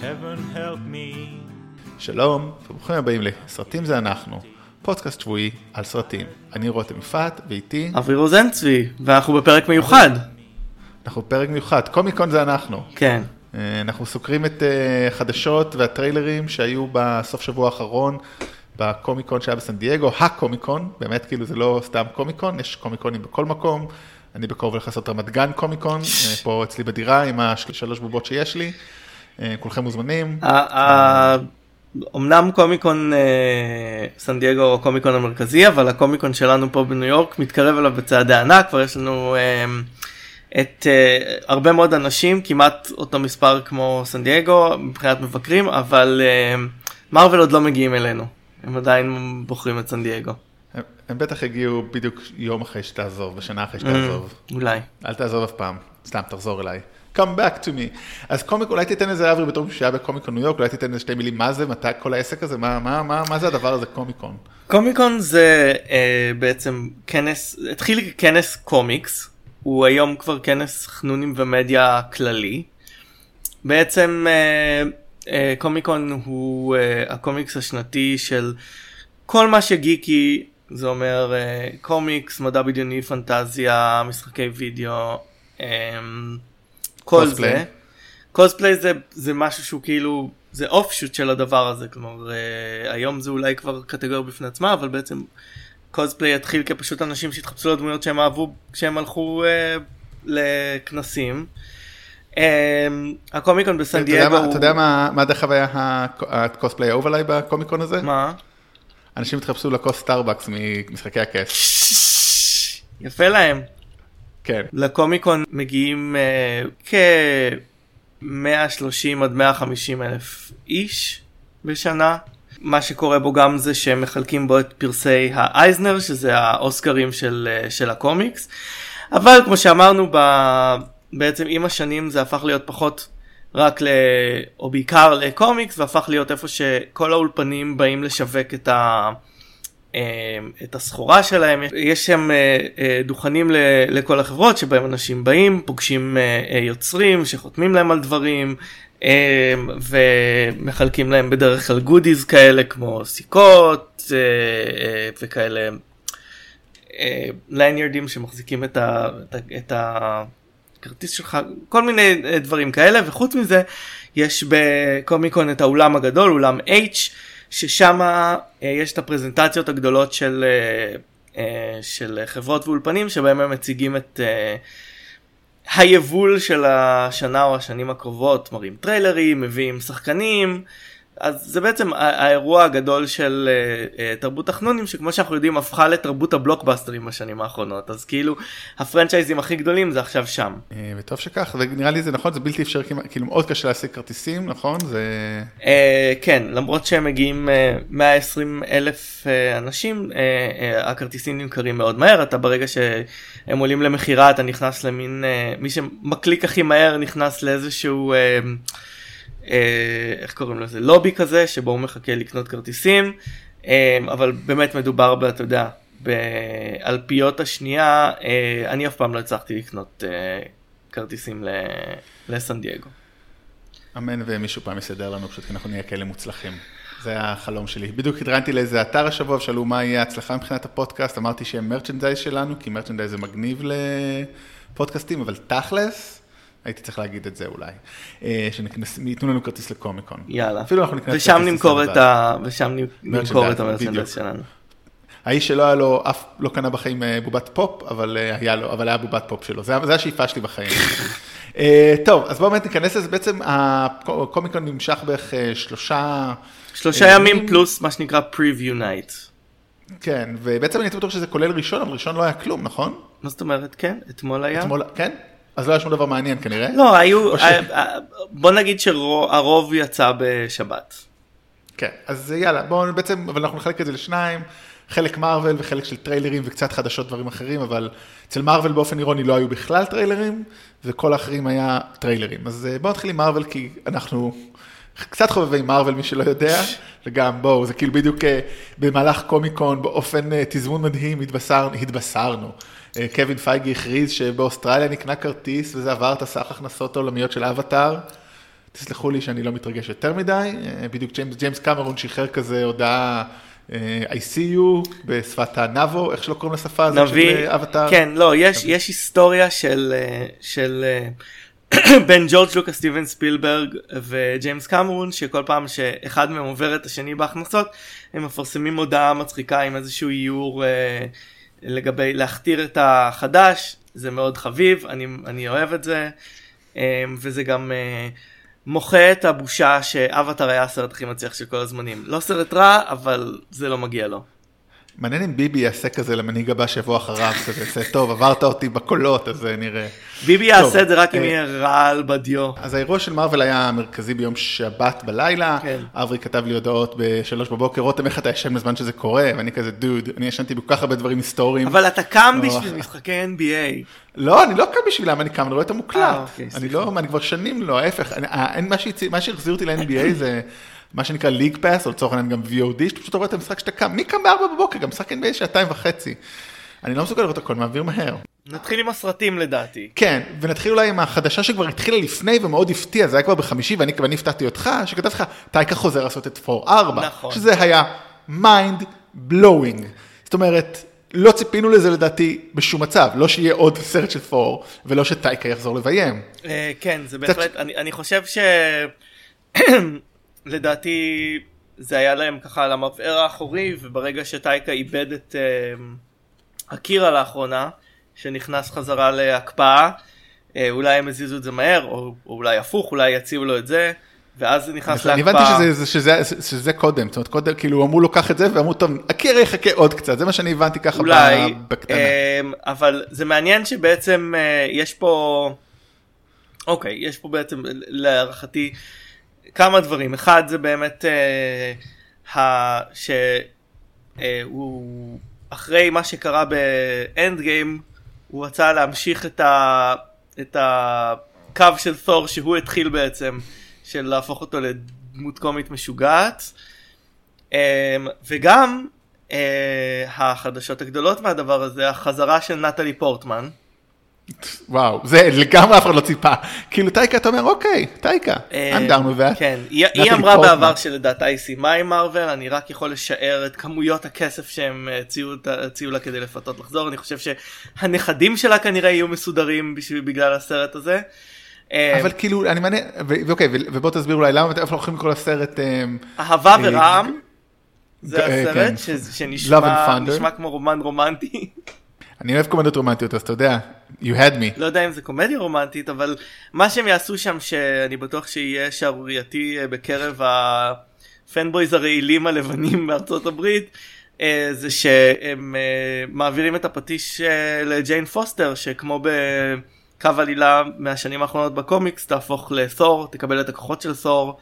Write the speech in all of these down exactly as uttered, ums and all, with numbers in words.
heaven help me. שלום, וברוכים הבאים לסרטים זה אנחנו, פודקאסט שבועי על סרטים. אני רותם יפעת, ואיתי אבי רוזנצבי, ואנחנו בפרק מיוחד. אנחנו בפרק מיוחד, קומיקון זה אנחנו. כן. אנחנו סוקרים את חדשות והטריילרים שהיו בסוף שבוע האחרון, בקומיקון שהיה בסן דייגו, הקומיקון, באמת כאילו זה לא סתם קומיקון, יש קומיקונים בכל מקום. אני בקרוב הולך לעשות רמת גן קומיקון, פה אצלי בדירה עם השלוש בובות שיש לי. כולכם מוזמנים. אמנם קומיקון סן דייגו הוא הקומיקון המרכזי, אבל הקומיקון שלנו פה בניו יורק מתקרב אליו בצעדי ענק, כבר יש לנו את הרבה מאוד אנשים, כמעט אותו מספר כמו סן דייגו, מבחינת מבקרים, אבל מארוול עוד לא מגיעים אלינו, הם עדיין בוחרים את סן דייגו. הם בטח הגיעו בדיוק יום אחרי שתעזוב, בשנה אחרי שתעזוב. אולי. אל תעזוב אף פעם, סתם תחזור אליי. Come back to me. אז קומיק, אולי תיתן איזה אברי בתור שהיה בקומיקון ניו יורק, אולי תיתן איזה שתי מילים, מה זה, מתי כל העסק הזה, מה, מה, מה, מה זה הדבר הזה, קומיקון? קומיקון זה אה, בעצם כנס, התחיל כנס קומיקס, הוא היום כבר כנס חנונים ומדיה כללי. בעצם אה, אה, קומיקון הוא אה, הקומיקס השנתי של כל מה שגיקי, זה אומר אה, קומיקס, מדע בדיוני, פנטזיה, משחקי וידאו, אה, כל זה. קוספליי זה, זה משהו שהוא כאילו, זה אופשוט של הדבר הזה, כלומר, אה, היום זה אולי כבר קטגוריה בפני עצמה, אבל בעצם קוספליי התחיל כפשוט אנשים שהתחפשו לדמויות שהם אהבו כשהם הלכו אה, לכנסים. אה, הקומיקון בסן דייגו הוא... אתה יודע מה, מה דרך חוויה הקוספליי האהוב עליי בקומיקון הזה? מה? אנשים התחפשו לכוס סטארבקס ממשחקי הכס. יפה להם. כן. לקומיקון מגיעים uh, כ-מאה ושלושים עד מאה וחמישים אלף איש בשנה. מה שקורה בו גם זה שהם מחלקים בו את פרסי האייזנר, שזה האוסקרים של, uh, של הקומיקס. אבל כמו שאמרנו, ב... בעצם עם השנים זה הפך להיות פחות רק ל... או בעיקר לקומיקס, והפך להיות איפה שכל האולפנים באים לשווק את ה... את הסחורה שלהם. יש שם דוכנים לכל החברות שבהם אנשים באים, פוגשים יוצרים שחותמים להם על דברים ומחלקים להם בדרך כלל גודיז כאלה כמו סיכות וכאלה לייניארדים שמחזיקים את ה... את הכרטיס שלך, כל מיני דברים כאלה. וחוץ מזה יש בקומיקון את האולם הגדול, אולם H, ששם יש את הפרזנטציות הגדולות של, של חברות ואולפנים, שבהם הם מציגים את היבול של השנה או השנים הקרובות, מראים טריילרים, מביאים שחקנים. אז זה בעצם האירוע הגדול של תרבות החנונים, שכמו שאנחנו יודעים הפכה לתרבות הבלוקבאסטרים בשנים האחרונות. אז כאילו הפרנצ'ייזים הכי גדולים זה עכשיו שם. וטוב שכך, ונראה לי זה נכון, זה בלתי אפשר, כאילו מאוד קשה להשיג כרטיסים, נכון? זה... כן, למרות שהם מגיעים מאה ועשרים אלף אנשים, הכרטיסים נמכרים מאוד מהר. אתה ברגע שהם עולים למחירה, אתה נכנס למין, מי שמקליק הכי מהר נכנס לאיזשהו... איך קוראים לזה? לובי כזה, שבו הוא מחכה לקנות כרטיסים, אבל באמת מדובר, אתה יודע, באלפיות השנייה, אני אף פעם לא הצלחתי לקנות כרטיסים לסן דייגו. אמן, ומישהו פעם יסדר לנו, פשוט כי אנחנו נהיה כאלה מוצלחים. זה החלום שלי. בדיוק התראיינתי לאיזה אתר השבוע, שאלו מה יהיה ההצלחה מבחינת הפודקאסט, אמרתי שהם מרצ'נדייז שלנו, כי מרצ'נדייז זה מגניב לפודקאסטים, אבל תכלס, הייתי צריך להגיד את זה אולי, שייתנו לנו כרטיס לקומיקון. יאללה. אפילו אנחנו נקנה ושם נמכור את ה... ושם נמכור את המרצ'נדייז שלנו. האיש שלא היה לו, אף לא קנה בחיים בובת פופ, אבל היה לו, אבל היה בובת פופ שלו. זה השאיפה שלי בחיים. טוב, אז בואו באמת ניכנס לזה. בעצם הקומיקון נמשך בערך שלושה... שלושה ימים פלוס מה שנקרא preview night. כן, ובעצם אני בטוח שזה כולל ראשון, אבל ראשון לא היה כלום, נכון? מה זאת אומרת? כן, אתמול היה. אתמול, כן? אז לא היה שום דבר מעניין כנראה? לא, היו, בוא נגיד שהרוב יצא בשבת. כן, אז יאללה, בואו בעצם, אבל אנחנו נחלק את זה לשניים, חלק מארוול וחלק של טריילרים וקצת חדשות דברים אחרים, אבל אצל מארוול באופן אירוני לא היו בכלל טריילרים, וכל האחרים היה טריילרים. אז בואו נתחיל עם מארוול, כי אנחנו קצת חובבי מארוול, מי שלא יודע, וגם בואו, זה כאילו בדיוק במהלך קומיקון, באופן תזמון מדהים, התבשרנו, התבשרנו. קווין פייגי הכריז שבאוסטרליה נקנה כרטיס, וזה עבר את הסך הכנסות העולמיות של אבטאר. תסלחו לי שאני לא מתרגש יותר מדי, בדיוק ג'יימס, ג'יימס קמרון שחרר כזה הודעה, I see you, בשפת הנאבו, איך שלא קוראים לשפה הזאת של אבטר. כן, לא, יש, יש היסטוריה של, של בין ג'ורג' לוקאס, סטיבן ספילברג וג'יימס קמרון, שכל פעם שאחד מהם עובר את השני בהכנסות, הם מפרסמים הודעה מצחיקה עם איזשהו איור לגבי להכתיר את החדש, זה מאוד חביב, אני, אני אוהב את זה, וזה גם מוחה את הבושה שאבטר היה הסרט הכי מצליח של כל הזמנים. לא סרט רע, אבל זה לא מגיע לו. מעניין אם ביבי יעשה כזה למנהיג הבא שיבוא אחריו, זה טוב, עברת אותי בקולות, אז נראה. ביבי יעשה את זה רק אם יהיה רעל בדיו. אז האירוע של מארוול היה מרכזי ביום שבת בלילה, אברי כתב לי הודעות בשלוש בבוקר, רותם איך אתה ישן בזמן שזה קורה, ואני כזה דוד, אני ישנתי בכל כך הרבה דברים היסטוריים. אבל אתה קם בשביל משחקי אן בי איי. לא, אני לא קם בשבילם, אני קם, אני רואה את המוקלט. אני לא, אני כבר שנים לא, ההפך. מה שהחזיר אותי ל-אן בי איי זה מה שנקרא ליג פאס, או לצורך העניין גם וי או די, שאתה פשוט רואה את המשחק שאתה קם. מי קם בארבע בבוקר? גם משחק אן בי איי שעתיים וחצי. אני לא מסוגל לראות הכל, מעביר מהר. נתחיל עם הסרטים לדעתי. כן, ונתחיל אולי עם החדשה שכבר התחילה לפני ומאוד הפתיע, זה היה כבר בחמישי, ואני, ואני הפתעתי אותך, שכתב לך, טייקה חוזר לעשות את פור ארבע. נכון. שזה היה mind blowing. זאת אומרת, לא ציפינו לזה לדעתי בשום מצב, לא שיהיה עוד סרט של פור, ולא שטייקה יחזור לביים. כן, זה בהחלט, אני, אני חושב ש... לדעתי זה היה להם ככה על המבער האחורי, וברגע שטייקה איבד את uh, אקירה לאחרונה, שנכנס חזרה להקפאה, uh, אולי הם הזיזו את זה מהר, או, או אולי הפוך, אולי יציעו לו את זה, ואז זה נכנס להקפאה. אני הבנתי שזה, שזה, שזה, שזה קודם, זאת אומרת, קודם, כאילו אמרו לו קח את זה, ואמרו טוב, אקירה יחכה עוד קצת, זה מה שאני הבנתי ככה אולי, בקטנה. Uh, אבל זה מעניין שבעצם uh, יש פה, אוקיי, יש פה בעצם להערכתי, כמה דברים. אחד זה באמת אה, שהוא אחרי מה שקרה באנד גיים, הוא רצה להמשיך את, ה, את הקו של תור שהוא התחיל בעצם, של להפוך אותו לדמות קומית משוגעת. אה, וגם אה, החדשות הגדולות מהדבר הזה, החזרה של נטלי פורטמן. וואו, זה לגמרי אף אחד לא ציפה. כאילו טייקה, אתה אומר, אוקיי, טייקה, I'm down with that. כן, היא אמרה בעבר שלדעתה היא סיימה עם מארוול, אני רק יכול לשער את כמויות הכסף שהם הציעו לה כדי לפתות לחזור, אני חושב שהנכדים שלה כנראה יהיו מסודרים בגלל הסרט הזה. אבל כאילו, אני מעניין, ואוקיי, ובוא תסביר אולי למה, איפה אנחנו הולכים לקרוא לסרט... אהבה ורעם, זה הסרט שנשמע כמו רומן רומנטי. אני אוהב קומדיות רומנטיות, אז אתה יודע, you had me. לא יודע אם זה קומדיה רומנטית, אבל מה שהם יעשו שם, שאני בטוח שיהיה שערורייתי בקרב הפנבויז הרעילים הלבנים בארצות הברית, זה שהם מעבירים את הפטיש לג'יין פוסטר, שכמו בקו עלילה מהשנים האחרונות בקומיקס, תהפוך לתור, תקבל את הכוחות של תור,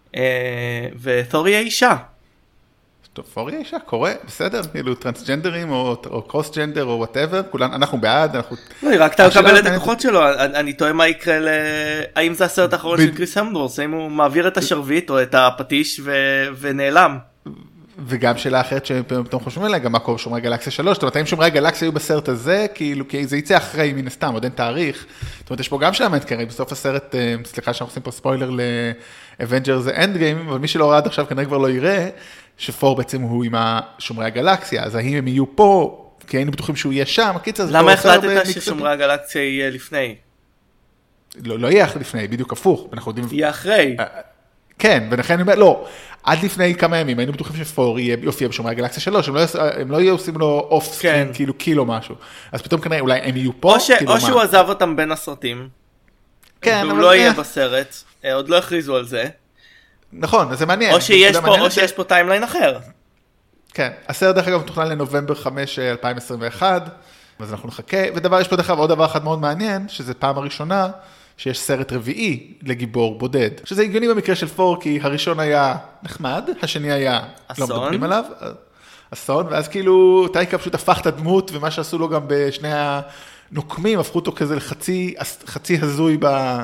ותור יהיה אישה. טוב, פוריה אישה, קורה, בסדר, כאילו טרנסג'נדרים או קרוס-ג'נדר או whatever, כולן, אנחנו בעד, אנחנו... לא, היא רק תקבל את הכוחות שלו, אני תוהה מה יקרה ל... האם זה הסרט האחרון של קריס המדורס, האם הוא מעביר את השרביט או את הפטיש ונעלם. וגם שאלה אחרת שפתאום חושבים עליה, גם מה קורה שומרי גלקסיה שלוש, זאת אומרת, האם שומרי גלקסיה היו בסרט הזה, כאילו, כי זה יצא אחרי מן הסתם, עוד אין תאריך, זאת אומרת, יש פה גם שאלה מעט קרי, בסוף הסרט, סליחה שאנחנו עושים פה ספוילר ל-Avengers End Game, אבל מי שלא ראה עד עכשיו כנראה כבר לא יראה, שפור בעצם הוא עם שומרי הגלקסיה, אז האם הם יהיו פה, כי היינו בטוחים שהוא יהיה שם, הקיצר, למה החלטת ששומרי הגלקסיה יהיה לפני? לא, לא יהיה לפני, בדיוק הפוך, אנחנו יודעים... יהיה אחרי. כן, ולכן אני אומר, לא, עד לפני כמה ימים, היינו בטוחים שפור יופיע בשומרי הגלקסיה שלוש, הם לא, הם לא יהיו עושים לו אוף סקרין, כאילו קיל או משהו. אז פתאום כנראה, אולי הם יהיו פה, או, ש, כאילו או שהוא עזב אותם בין הסרטים, כן, והוא לא יהיה בסרט, עוד לא הכריזו על זה. נכון, אז זה מעניין. או שיש פה, או שיש פה טיימליין אחר. כן, הסרט דרך אגב מתוכנן לנובמבר חמישי אלפיים עשרים ואחת, אז אנחנו נחכה, ודבר, יש פה דרך אגב עוד דבר אחד מאוד מעניין, שזה פעם הראשונה, שיש סרט רביעי לגיבור בודד. שזה הגיוני במקרה של פור, כי הראשון היה נחמד, השני היה אסון. לא מדברים עליו, אסון, ואז כאילו טייקה פשוט הפך את הדמות, ומה שעשו לו גם בשני הנוקמים, הפכו אותו כזה לחצי, חצי הזוי ב...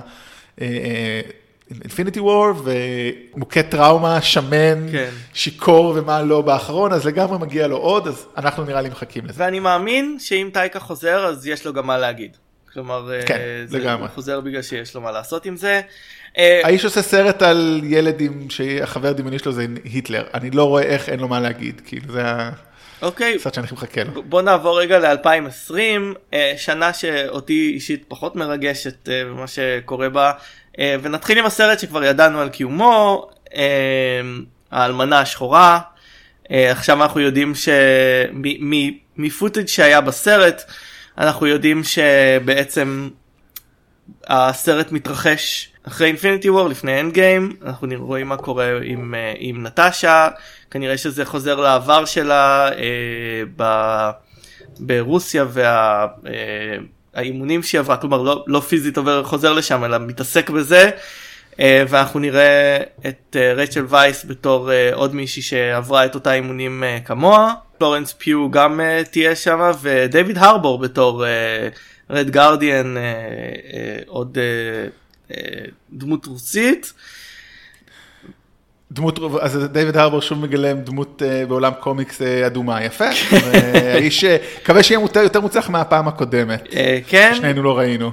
אינפיניטי וור, ומוכה טראומה, שמן, כן. שיקור ומה לא באחרון, אז לגמרי מגיע לו עוד, אז אנחנו נראה לי מחכים לזה. ואני מאמין שאם טייקה חוזר, אז יש לו גם מה להגיד. כלומר, כן, זה לגמרי. חוזר בגלל שיש לו מה לעשות עם זה. האיש עושה סרט על ילד עם שהחבר דמיוני שלו זה היטלר, אני לא רואה איך אין לו מה להגיד, כאילו זה אוקיי. הסרט שאני מחכה לו. בוא נעבור רגע ל-אלפיים ועשרים, שנה שאותי אישית פחות מרגשת במה שקורה בה, ונתחיל עם הסרט שכבר ידענו על קיומו, האלמנה השחורה. עכשיו אנחנו יודעים שמפוטג' שהיה בסרט, אנחנו יודעים שבעצם הסרט מתרחש אחרי אינפיניטי וור, לפני אנד גיים. אנחנו רואים מה קורה עם, עם נטשה, כנראה שזה חוזר לעבר שלה אה, ב, ברוסיה והאימונים שהיא עברה, כלומר לא, לא פיזית עובר חוזר לשם, אלא מתעסק בזה, אה, ואנחנו נראה את אה, רייצ'ל וייס בתור אה, עוד מישהי שעברה את אותה אימונים אה, כמוה, פלורנס פיו גם אה, תהיה שם, ודייוויד הרבור בתור אה, רד גארדיאן, אה, אה, עוד אה, אה, דמות רוסית. דמות, אז דיוויד הרבור שוב מגלם דמות uh, בעולם קומיקס uh, אדומה, יפה. האיש, מקווה שיהיה יותר מוצלח מהפעם הקודמת. Uh, כן. שנינו לא ראינו.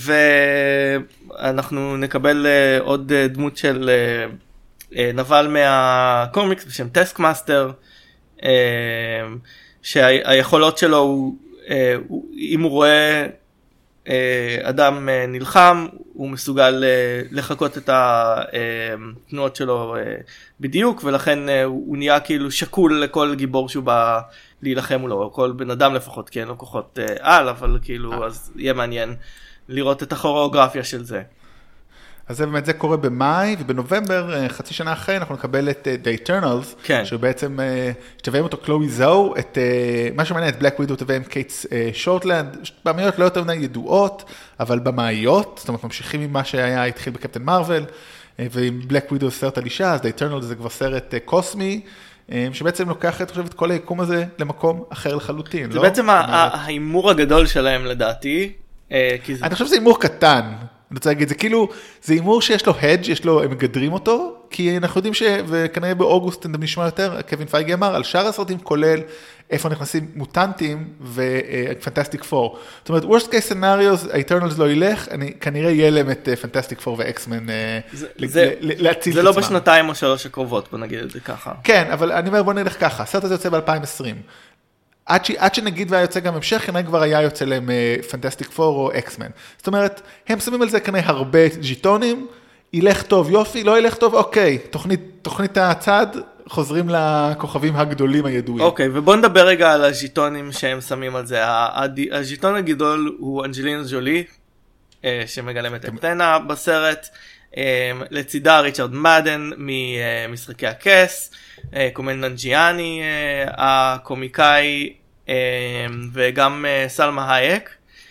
ואנחנו נקבל uh, עוד uh, דמות של uh, uh, נבל מהקומיקס בשם טסק מאסטר, uh, שהיכולות שלו הוא, uh, הוא, אם הוא רואה uh, אדם uh, נלחם, הוא מסוגל uh, לחכות את התנועות שלו uh, בדיוק, ולכן uh, הוא נהיה כאילו שקול לכל גיבור שהוא בא להילחם מולו, כל בן אדם לפחות, כי אין לו כוחות uh, על, אבל כאילו, אז יהיה מעניין לראות את הכוריאוגרפיה של זה. אז זה באמת, זה קורה במאי, ובנובמבר, חצי שנה אחרי, אנחנו נקבל את The Eternals, כן. שהוא בעצם, שתביים אותו קלואי זו, את, מה שמעניין, את בלק ווידו תביים קייטס שורטלנד, במאיות לא יותר מדי ידועות, אבל במאיות, זאת אומרת, ממשיכים עם מה שהיה, התחיל בקפטן מרוול, ועם בלק ווידו סרט על אישה, אז The Eternals זה כבר סרט קוסמי, שבעצם לוקח את, חושב, את כל היקום הזה למקום אחר לחלוטין. זה בעצם ההימור הגדול שלהם לדעתי. אני חושב שזה הימור קטן. אני רוצה להגיד, זה כאילו, זה הימור שיש לו הדג', יש לו, הם מגדרים אותו, כי אנחנו יודעים ש, וכנראה באוגוסט אתם נשמע יותר, קווין פייגי אמר, על שאר הסרטים כולל איפה נכנסים מוטנטים ופנטסטיק פור. זאת אומרת, worst case scenarios, האטרנלס לא ילך, אני כנראה יהיה להם את פנטסטיק פור ואקסמן להציל את עצמם. זה לא בשנתיים או שלוש הקרובות, בוא נגיד את זה ככה. כן, אבל אני אומר, בוא נלך ככה, הסרט הזה יוצא ב-אלפיים ועשרים. עד, ש... עד שנגיד והיה יוצא גם המשך, כנראה כבר היה יוצא להם פנטסטיק פור או אקסמן. זאת אומרת, הם שמים על זה כנראה הרבה ז'יטונים, ילך טוב יופי, לא ילך טוב, אוקיי, תוכנית, תוכנית הצד, חוזרים לכוכבים הגדולים הידועים. אוקיי, ובוא נדבר רגע על הז'יטונים שהם שמים על זה. הז'יטון הגדול הוא אנג'לינה ג'ולי, שמגלמת את טנה בסרט, לצידה ריצ'רד מדן ממשחקי הכס, קומן ננג'יאני הקומיקאי, וגם סלמה הייק.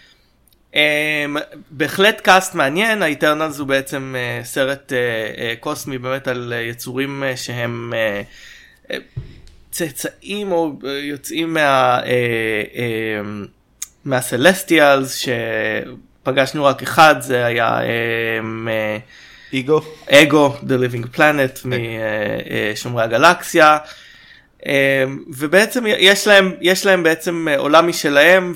בהחלט קאסט מעניין. האיטרנלס הוא בעצם סרט קוסמי באמת על יצורים שהם צאצאים או יוצאים מה מהסלסטיאלס, שפגשנו רק אחד, זה היה אגו. אגו, The Living Planet, משומרי הגלקסיה. ובעצם יש להם, יש להם בעצם עולם משלהם,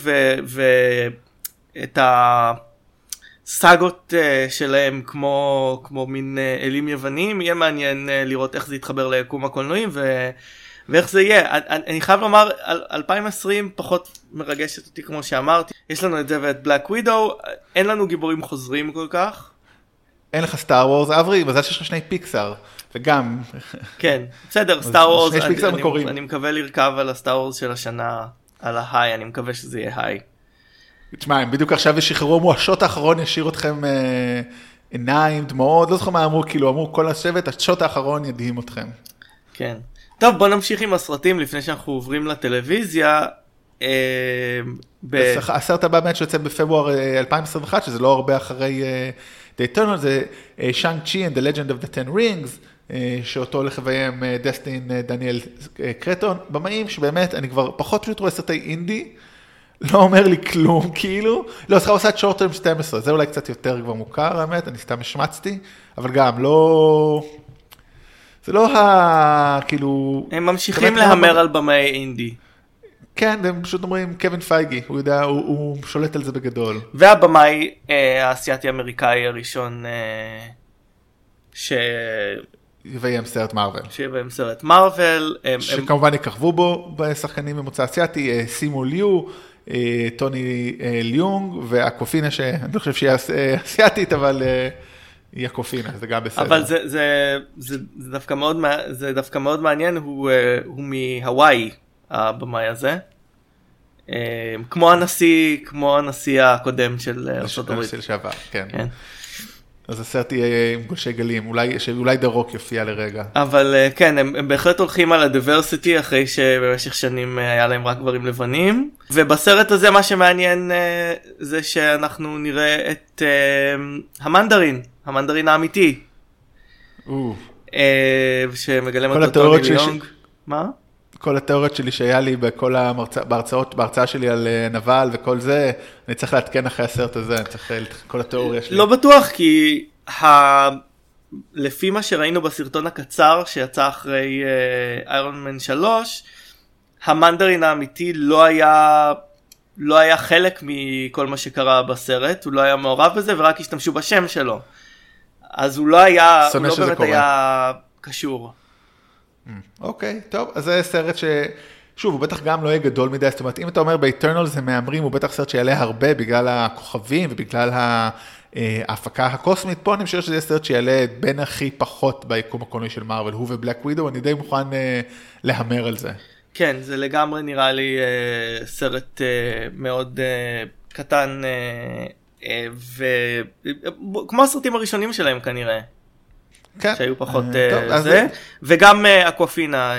ואת הסאגות שלהם כמו, כמו מין אלים יוונים, יהיה מעניין לראות איך זה יתחבר ליקום הקולנועים, ו... ואיך זה יהיה. אני, אני חייב לומר, אלפיים ועשרים פחות מרגשת אותי כמו שאמרתי. יש לנו את זה ואת בלק ווידו, אין לנו גיבורים חוזרים כל כך. אין לך סטאר וורס, אברי, מזל שיש לך שני פיקסאר, וגם... כן, בסדר, סטאר וורס, שני פיקסאר מקוריים. אני מקווה לרכב על הסטאר וורס של השנה, על ההיי, אני מקווה שזה יהיה היי. תשמע, הם בדיוק עכשיו ישחררו, אמרו, השוט האחרון ישאיר אתכם אה, עיניים, דמעות, לא זוכר מה אמרו, כאילו אמרו כל השבט, השוט האחרון ידהים אתכם. כן. טוב, בוא נמשיך עם הסרטים לפני שאנחנו עוברים לטלוויזיה. אה, ב... הסרט הבא באמת שיוצא בפברואר אלפיים עשרים ואחת, שזה לא הרבה אחרי... אה, The Eternal זה שאנג צ'י and the Legend of the Ten Rings, שאותו הולך לביים דסטין דניאל קרטון, במאים שבאמת אני כבר פחות פשוט רואה סרטי אינדי, לא אומר לי כלום כאילו, לא, סליחה, עושה את שורט טרם שתים עשרה, זה אולי קצת יותר כבר מוכר, האמת, אני סתם השמצתי, אבל גם לא, זה לא ה... כאילו... הם ממשיכים להמר על במאי אינדי. כן, הם פשוט אומרים, קווין פייגי, הוא יודע, הוא, הוא שולט על זה בגדול. והבמאי אה, האסייתי-אמריקאי הראשון אה, ש... יביים סרט מארוול. שיביים סרט מארוול. שכמובן יככבו בו בשחקנים ממוצא אסייתי, שימו ליו, טוני ליונג, והקופינה שאני חושב שהיא אסייתית, אבל היא הקופינה, זה גם בסדר. אבל זה, זה, זה, זה, דווקא, מאוד, זה דווקא מאוד מעניין, הוא, הוא מהוואי, הבמאי הזה. כמו הנשיא, כמו הנשיא הקודם של ארצות הברית. הנשיא לשעבר, כן. כן. אז הסרט יהיה עם גולשי גלים, אולי, שאולי דה רוק יופיע לרגע. אבל כן, הם, הם בהחלט הולכים על הדברסיטי, אחרי שבמשך שנים היה להם רק גברים לבנים. ובסרט הזה מה שמעניין זה שאנחנו נראה את המנדרין, המנדרין האמיתי. שמגלם אותו טוני ליונג. מה? כל התיאוריות שלי שהיה לי בכל המרצא, בהרצאות, בהרצאה שלי על נבל וכל זה, אני צריך להתקן אחרי הסרט הזה, אני צריך כל התיאוריה שלי. לא בטוח, כי ה... לפי מה שראינו בסרטון הקצר שיצא אחרי איירון מן שלוש, המנדרין האמיתי לא היה, לא היה חלק מכל מה שקרה בסרט, הוא לא היה מעורב בזה ורק השתמשו בשם שלו. אז הוא לא היה, הוא לא באמת קורה. היה קשור. אוקיי, טוב, אז זה סרט ש... שוב, הוא בטח גם לא יהיה גדול מדי, זאת אומרת, אם אתה אומר באיטרנל זה מאמרים, הוא בטח סרט שיעלה הרבה בגלל הכוכבים ובגלל ההפקה הקוסמית. פה אני חושב שזה יהיה סרט שיעלה בין הכי פחות ביקום הקולנועי של מארוול, הוא ובלק ווידו, אני די מוכן להמר על זה. כן, זה לגמרי נראה לי סרט מאוד קטן, וכמו הסרטים הראשונים שלהם כנראה. כן. שהיו פחות טוב, זה, וגם אקוואפינה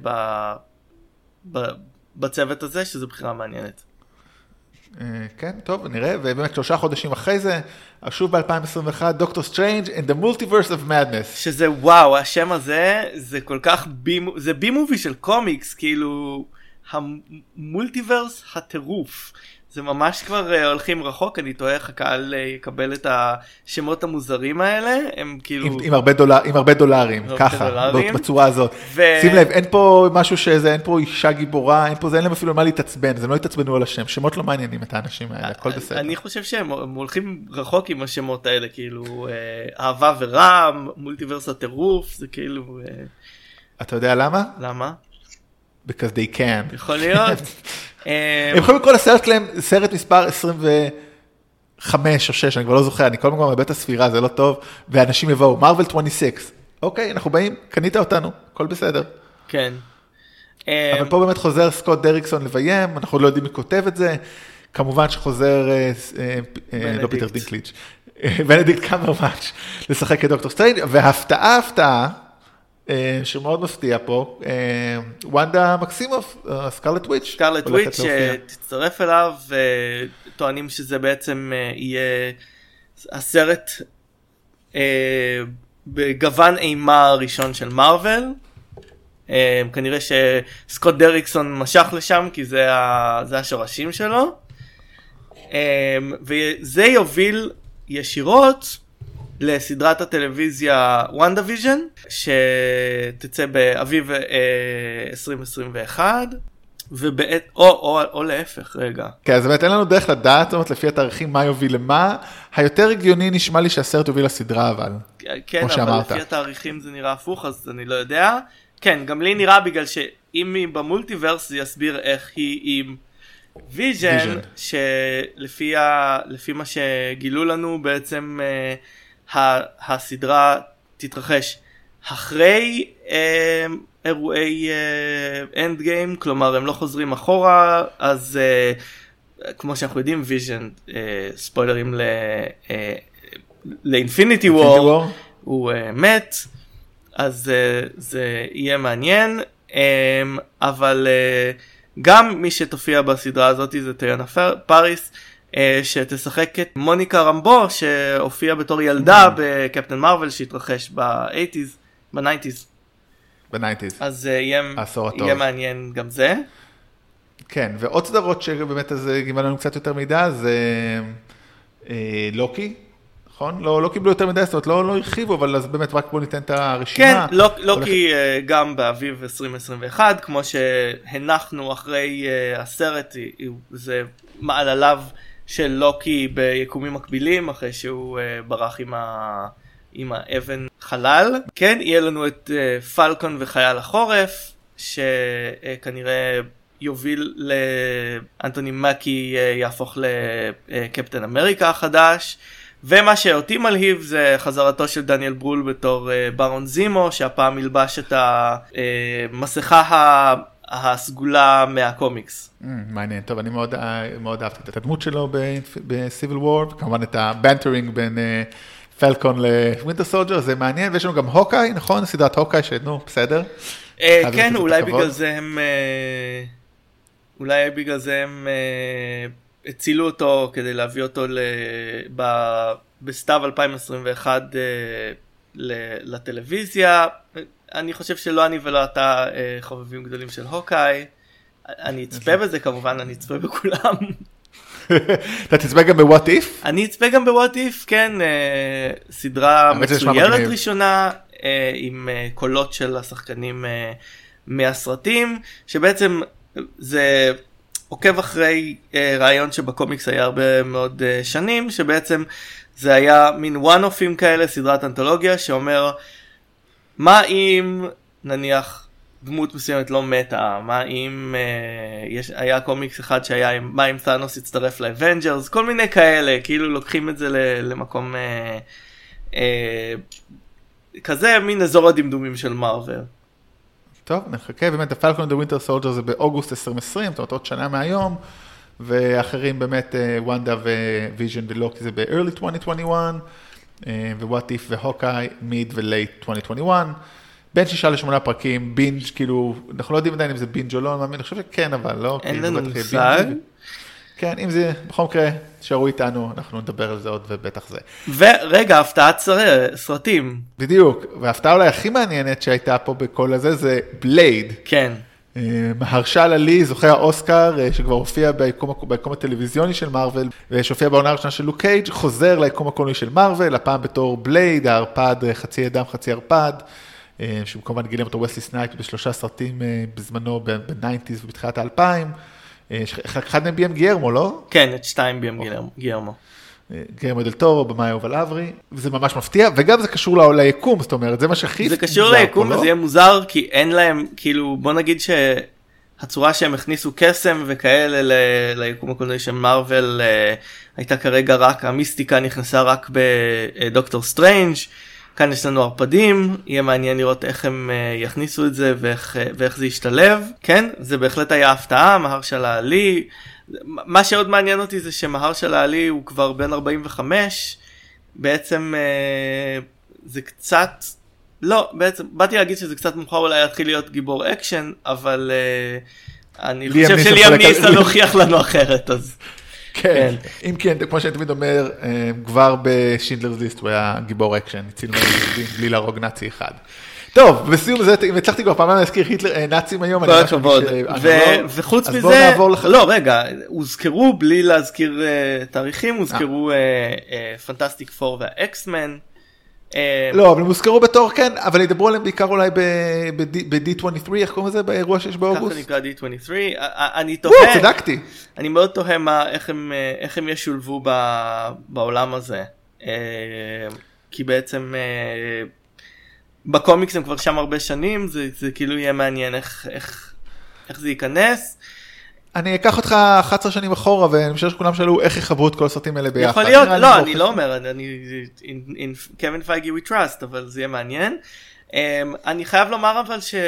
בצוות הזה, שזו בחירה מעניינת. כן, טוב, נראה, ובאמת שלושה חודשים אחרי זה, שוב ב-אלפיים עשרים ואחת, דוקטור סטרנג' in the multiverse of madness. שזה וואו, השם הזה, זה כל כך בי, זה בי מובי של קומיקס, כאילו, המולטיברס הטירוף. זה ממש כבר הולכים רחוק, אני טועה איך הקהל יקבל את השמות המוזרים האלה, הם כאילו... עם, עם, הרבה, דולר, עם הרבה דולרים, הרבה ככה, דולרים. בצורה הזאת. ו... שים לב, אין פה משהו שזה, אין פה אישה גיבורה, אין פה, זה אין להם אפילו מה להתעצבן, אז הם לא יתעצבנו על השם, שמות לא מעניינים את האנשים האלה, הכל בסדר. אני חושב שהם הולכים רחוק עם השמות האלה, כאילו, אהבה ורם, מולטיברס הטירוף, זה כאילו... אתה יודע למה? למה? Because they can. יכול להיות. הם יכולים לקרוא לסרט שלהם, סרט מספר עשרים וחמש או שש, אני כבר לא זוכר, אני כל הזמן מבית הספירה, זה לא טוב, ואנשים יבואו, מרוול עשרים ושש, אוקיי, אנחנו באים, קנית אותנו, הכל בסדר. כן. אבל פה באמת חוזר סקוט דריקסון לביים, אנחנו לא יודעים מי כותב את זה, כמובן שחוזר, לא פיטר דינקליץ', בנדיקט קמברבץ', לשחק כדוקטור סטרנג', והפתעה, הפתעה, שמאוד מפתיע פה, וונדה מקסימוף, סקרלט וויץ'. סקרלט וויץ' שתצטרף אליו, וטוענים שזה בעצם יהיה הסרט בגוון אימה הראשון של מארוול. כנראה שסקוט דריקסון משך לשם, כי זה השורשים שלו. וזה יוביל ישירות לסדרת הטלוויזיה וונדוויז'ן, שתצא באביב עשרים עשרים ואחת, ובעת, או, או, או להפך, רגע. כן, אז באמת אין לנו דרך לדעת, זאת אומרת, לפי התאריכים, מה יוביל למה. היותר הגיוני נשמע לי שהסרט יוביל לסדרה, אבל, כן, כמו אבל שאמרת. לפי התאריכים זה נראה הפוך, אז אני לא יודע. כן, גם לי נראה בגלל שאם היא במולטיברס, זה יסביר איך היא עם ויז'ן, שלפי ה, לפי מה שגילו לנו, בעצם הסדרה תתרחש אחרי אה, אירועי אנד גיים, כלומר הם לא חוזרים אחורה, אז אה, כמו שאנחנו יודעים, ויז'ן, אה, ספוילרים אה, לאינפיניטי וור, הוא אה, מת, אז אה, זה יהיה מעניין, אה, אבל אה, גם מי שתופיע בסדרה הזאת זה טיאנה פאריס, שתשחק את מוניקה רמבו, שהופיעה בתור ילדה בקפטן מרוול, שהתרחש ב-שמונים, ב-תשעים. ב-תשעים. אז יהיה מעניין גם זה. כן, ועוד סדרות שבאמת אז גיבה לנו קצת יותר מידע, זה לוקי, נכון? לא, לא קיבלו יותר מדי, זאת אומרת, לא, לא הרחיבו, אבל אז באמת רק בואו ניתן את הרשימה. כן, לא, לא כי uh, גם באביב עשרים עשרים ואחת, כמו שהנחנו אחרי uh, הסרט, זה מעלליו של לוקי ביקומים מקבילים, אחרי שהוא uh, ברח עם, ה, עם האבן חלל. כן, יהיה לנו את uh, פלקון וחייל החורף, שכנראה יוביל לאנטוני מקי, uh, יהפוך לקפטן אמריקה החדש. ומה שאותי מלהיב זה חזרתו של דניאל ברול בתור uh, ברון זימו, שהפעם ילבש את המסכה ה... הסגולה מהקומיקס. Mm, מעניין, טוב, אני מאוד, מאוד אהבתי את הדמות שלו בסיביל וור, כמובן את הבנטרינג בין uh, פלקון לווינטר סולג'ר, זה מעניין, ויש לנו גם הוקאי, נכון? סדרת הוקאי שנו, בסדר? Uh, כן, אולי בגלל זה הם, uh, אולי בגלל זה הם uh, הצילו אותו כדי להביא אותו ל... ב... בסתיו אלפיים עשרים ואחת uh, ל... לטלוויזיה. אני חושב שלא אני ולא אתה אה, חובבים גדולים של הוקאי. אני אצפה בזה כמובן, אני אצפה בכולם. אתה תצפה גם ב-What If? אני אצפה גם ב-What If, כן. אה, סדרה מצוירת ראשונה, אה, עם אה, קולות של השחקנים אה, מהסרטים, שבעצם זה עוקב אחרי אה, רעיון שבקומיקס היה הרבה מאוד אה, שנים, שבעצם זה היה מין one-offים כאלה, סדרת אנתולוגיה, שאומר... מה אם נניח דמות מסוימת לא מתה, מה אם אה, יש, היה קומיקס אחד שהיה, מה אם ת'אנוס הצטרף לאבנג'רס, כל מיני כאלה, כאילו לוקחים את זה למקום אה, אה, כזה, מין אזור הדמדומים של מארוול. טוב, נחכה, באמת, הפלקון דה ווינטר סולג'ר זה באוגוסט עשרים עשרים, זאת אומרת עוד שנה מהיום, ואחרים באמת, וונדה וויז'ן ולוקי זה ב-early עשרים עשרים ואחת, ו-What If והוקאי, מיד ו-late עשרים עשרים ואחת, בין שישה לשמונה פרקים, בינג' כאילו, אנחנו לא יודעים עדיין אם זה בינג' או לא, אני מאמין, אני חושב שכן, אבל לא. אין לנו מושג. כן, אם זה, בכל מקרה, שערו איתנו, אנחנו נדבר על זה עוד ובטח זה. ורגע, הפתעת סרטים. בדיוק, וההפתעה אולי הכי מעניינת שהייתה פה בכל הזה, זה בלייד. כן. מהרשל עלי, זוכה האוסקר, שכבר הופיע ביקום הטלוויזיוני של מארוול, ושהופיע בעונה הראשונה של לוק קייג', חוזר ליקום הקולנועי של מארוול, הפעם בתור בלייד, הערפד, חצי אדם, חצי ערפד, שהוא כמובן גילים אותו וסלי סנייפ בשלושה סרטים בזמנו, ב-תשעים ובתחילת ה-אלפיים, אחד מהם ביים גיירמו, לא? כן, את שתיים ביים גיירמו. גיירמו דל טורו, במאי הובל אברי, וזה ממש מפתיע, וגם זה קשור ליקום, זאת אומרת, זה מה שהכי... זה קשור ליקום, וזה יהיה מוזר, כי אין להם, כאילו, בוא נגיד שהצורה שהם הכניסו קסם וכאלה ליקום הקולנועי של מארוול, הייתה כרגע רק, המיסטיקה נכנסה רק בדוקטור סטרנג', כאן יש לנו ערפדים, יהיה מעניין לראות איך הם יכניסו את זה ואיך, ואיך זה ישתלב. כן, זה בהחלט היה הפתעה, מהרשל עלי. מה שעוד מעניין אותי זה שמהרשל עלי הוא כבר בן ארבעים וחמש, בעצם זה קצת, לא, בעצם באתי להגיד שזה קצת מאוחר אולי להתחיל להיות גיבור אקשן, אבל אני חושב שליאם ניסן הוכיח לנו אחרת, אז... כן, אם כן, כמו שאני תמיד אומר, כבר בשינדלרס ליסט הוא היה גיבור אקשן, הציל מלא בלי להרוג נאצי אחד. טוב, בסיום זה, אם הצלחתי כבר פעם להזכיר היטלר, נאצים היום, כל הכבוד, וחוץ מזה, לא רגע, הוזכרו בלי להזכיר תאריכים, הוזכרו פנטסטיק פור והאקסמן, לא, אבל הם הוזכרו בתור, כן, אבל ידברו עליהם בעיקר אולי ב-די עשרים ושלוש, איך קוראים לזה באירוע שיש באוגוסט? ככה נקרא די עשרים ושלוש, אני תוהה, צדקתי. אני מאוד תוהה איך הם ישולבו בעולם הזה, כי בעצם בקומיקס הם כבר שם הרבה שנים, זה כאילו יהיה מעניין איך זה ייכנס, אני אקח אותך אחת עשרה שנים אחורה, ואני חושב שכולם שאלו איך יחברו את כל הסרטים האלה ביחד. יכול להיות, לא, אני לא אומר, אני, in Kevin Feige we trust, אבל זה יהיה מעניין. אני חייב לומר אבל ש...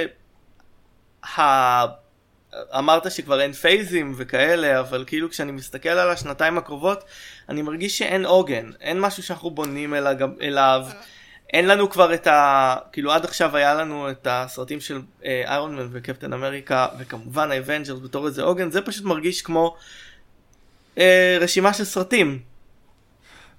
אמרת שכבר אין פייזים וכאלה, אבל כאילו כשאני מסתכל על השנתיים הקרובות, אני מרגיש שאין עוגן, אין משהו שאנחנו בונים אליו, אין לנו כבר את ה... כאילו עד עכשיו היה לנו את הסרטים של איירון מן וקפטן אמריקה, וכמובן האבנג'רס בתור איזה עוגן, זה פשוט מרגיש כמו אה, רשימה של סרטים.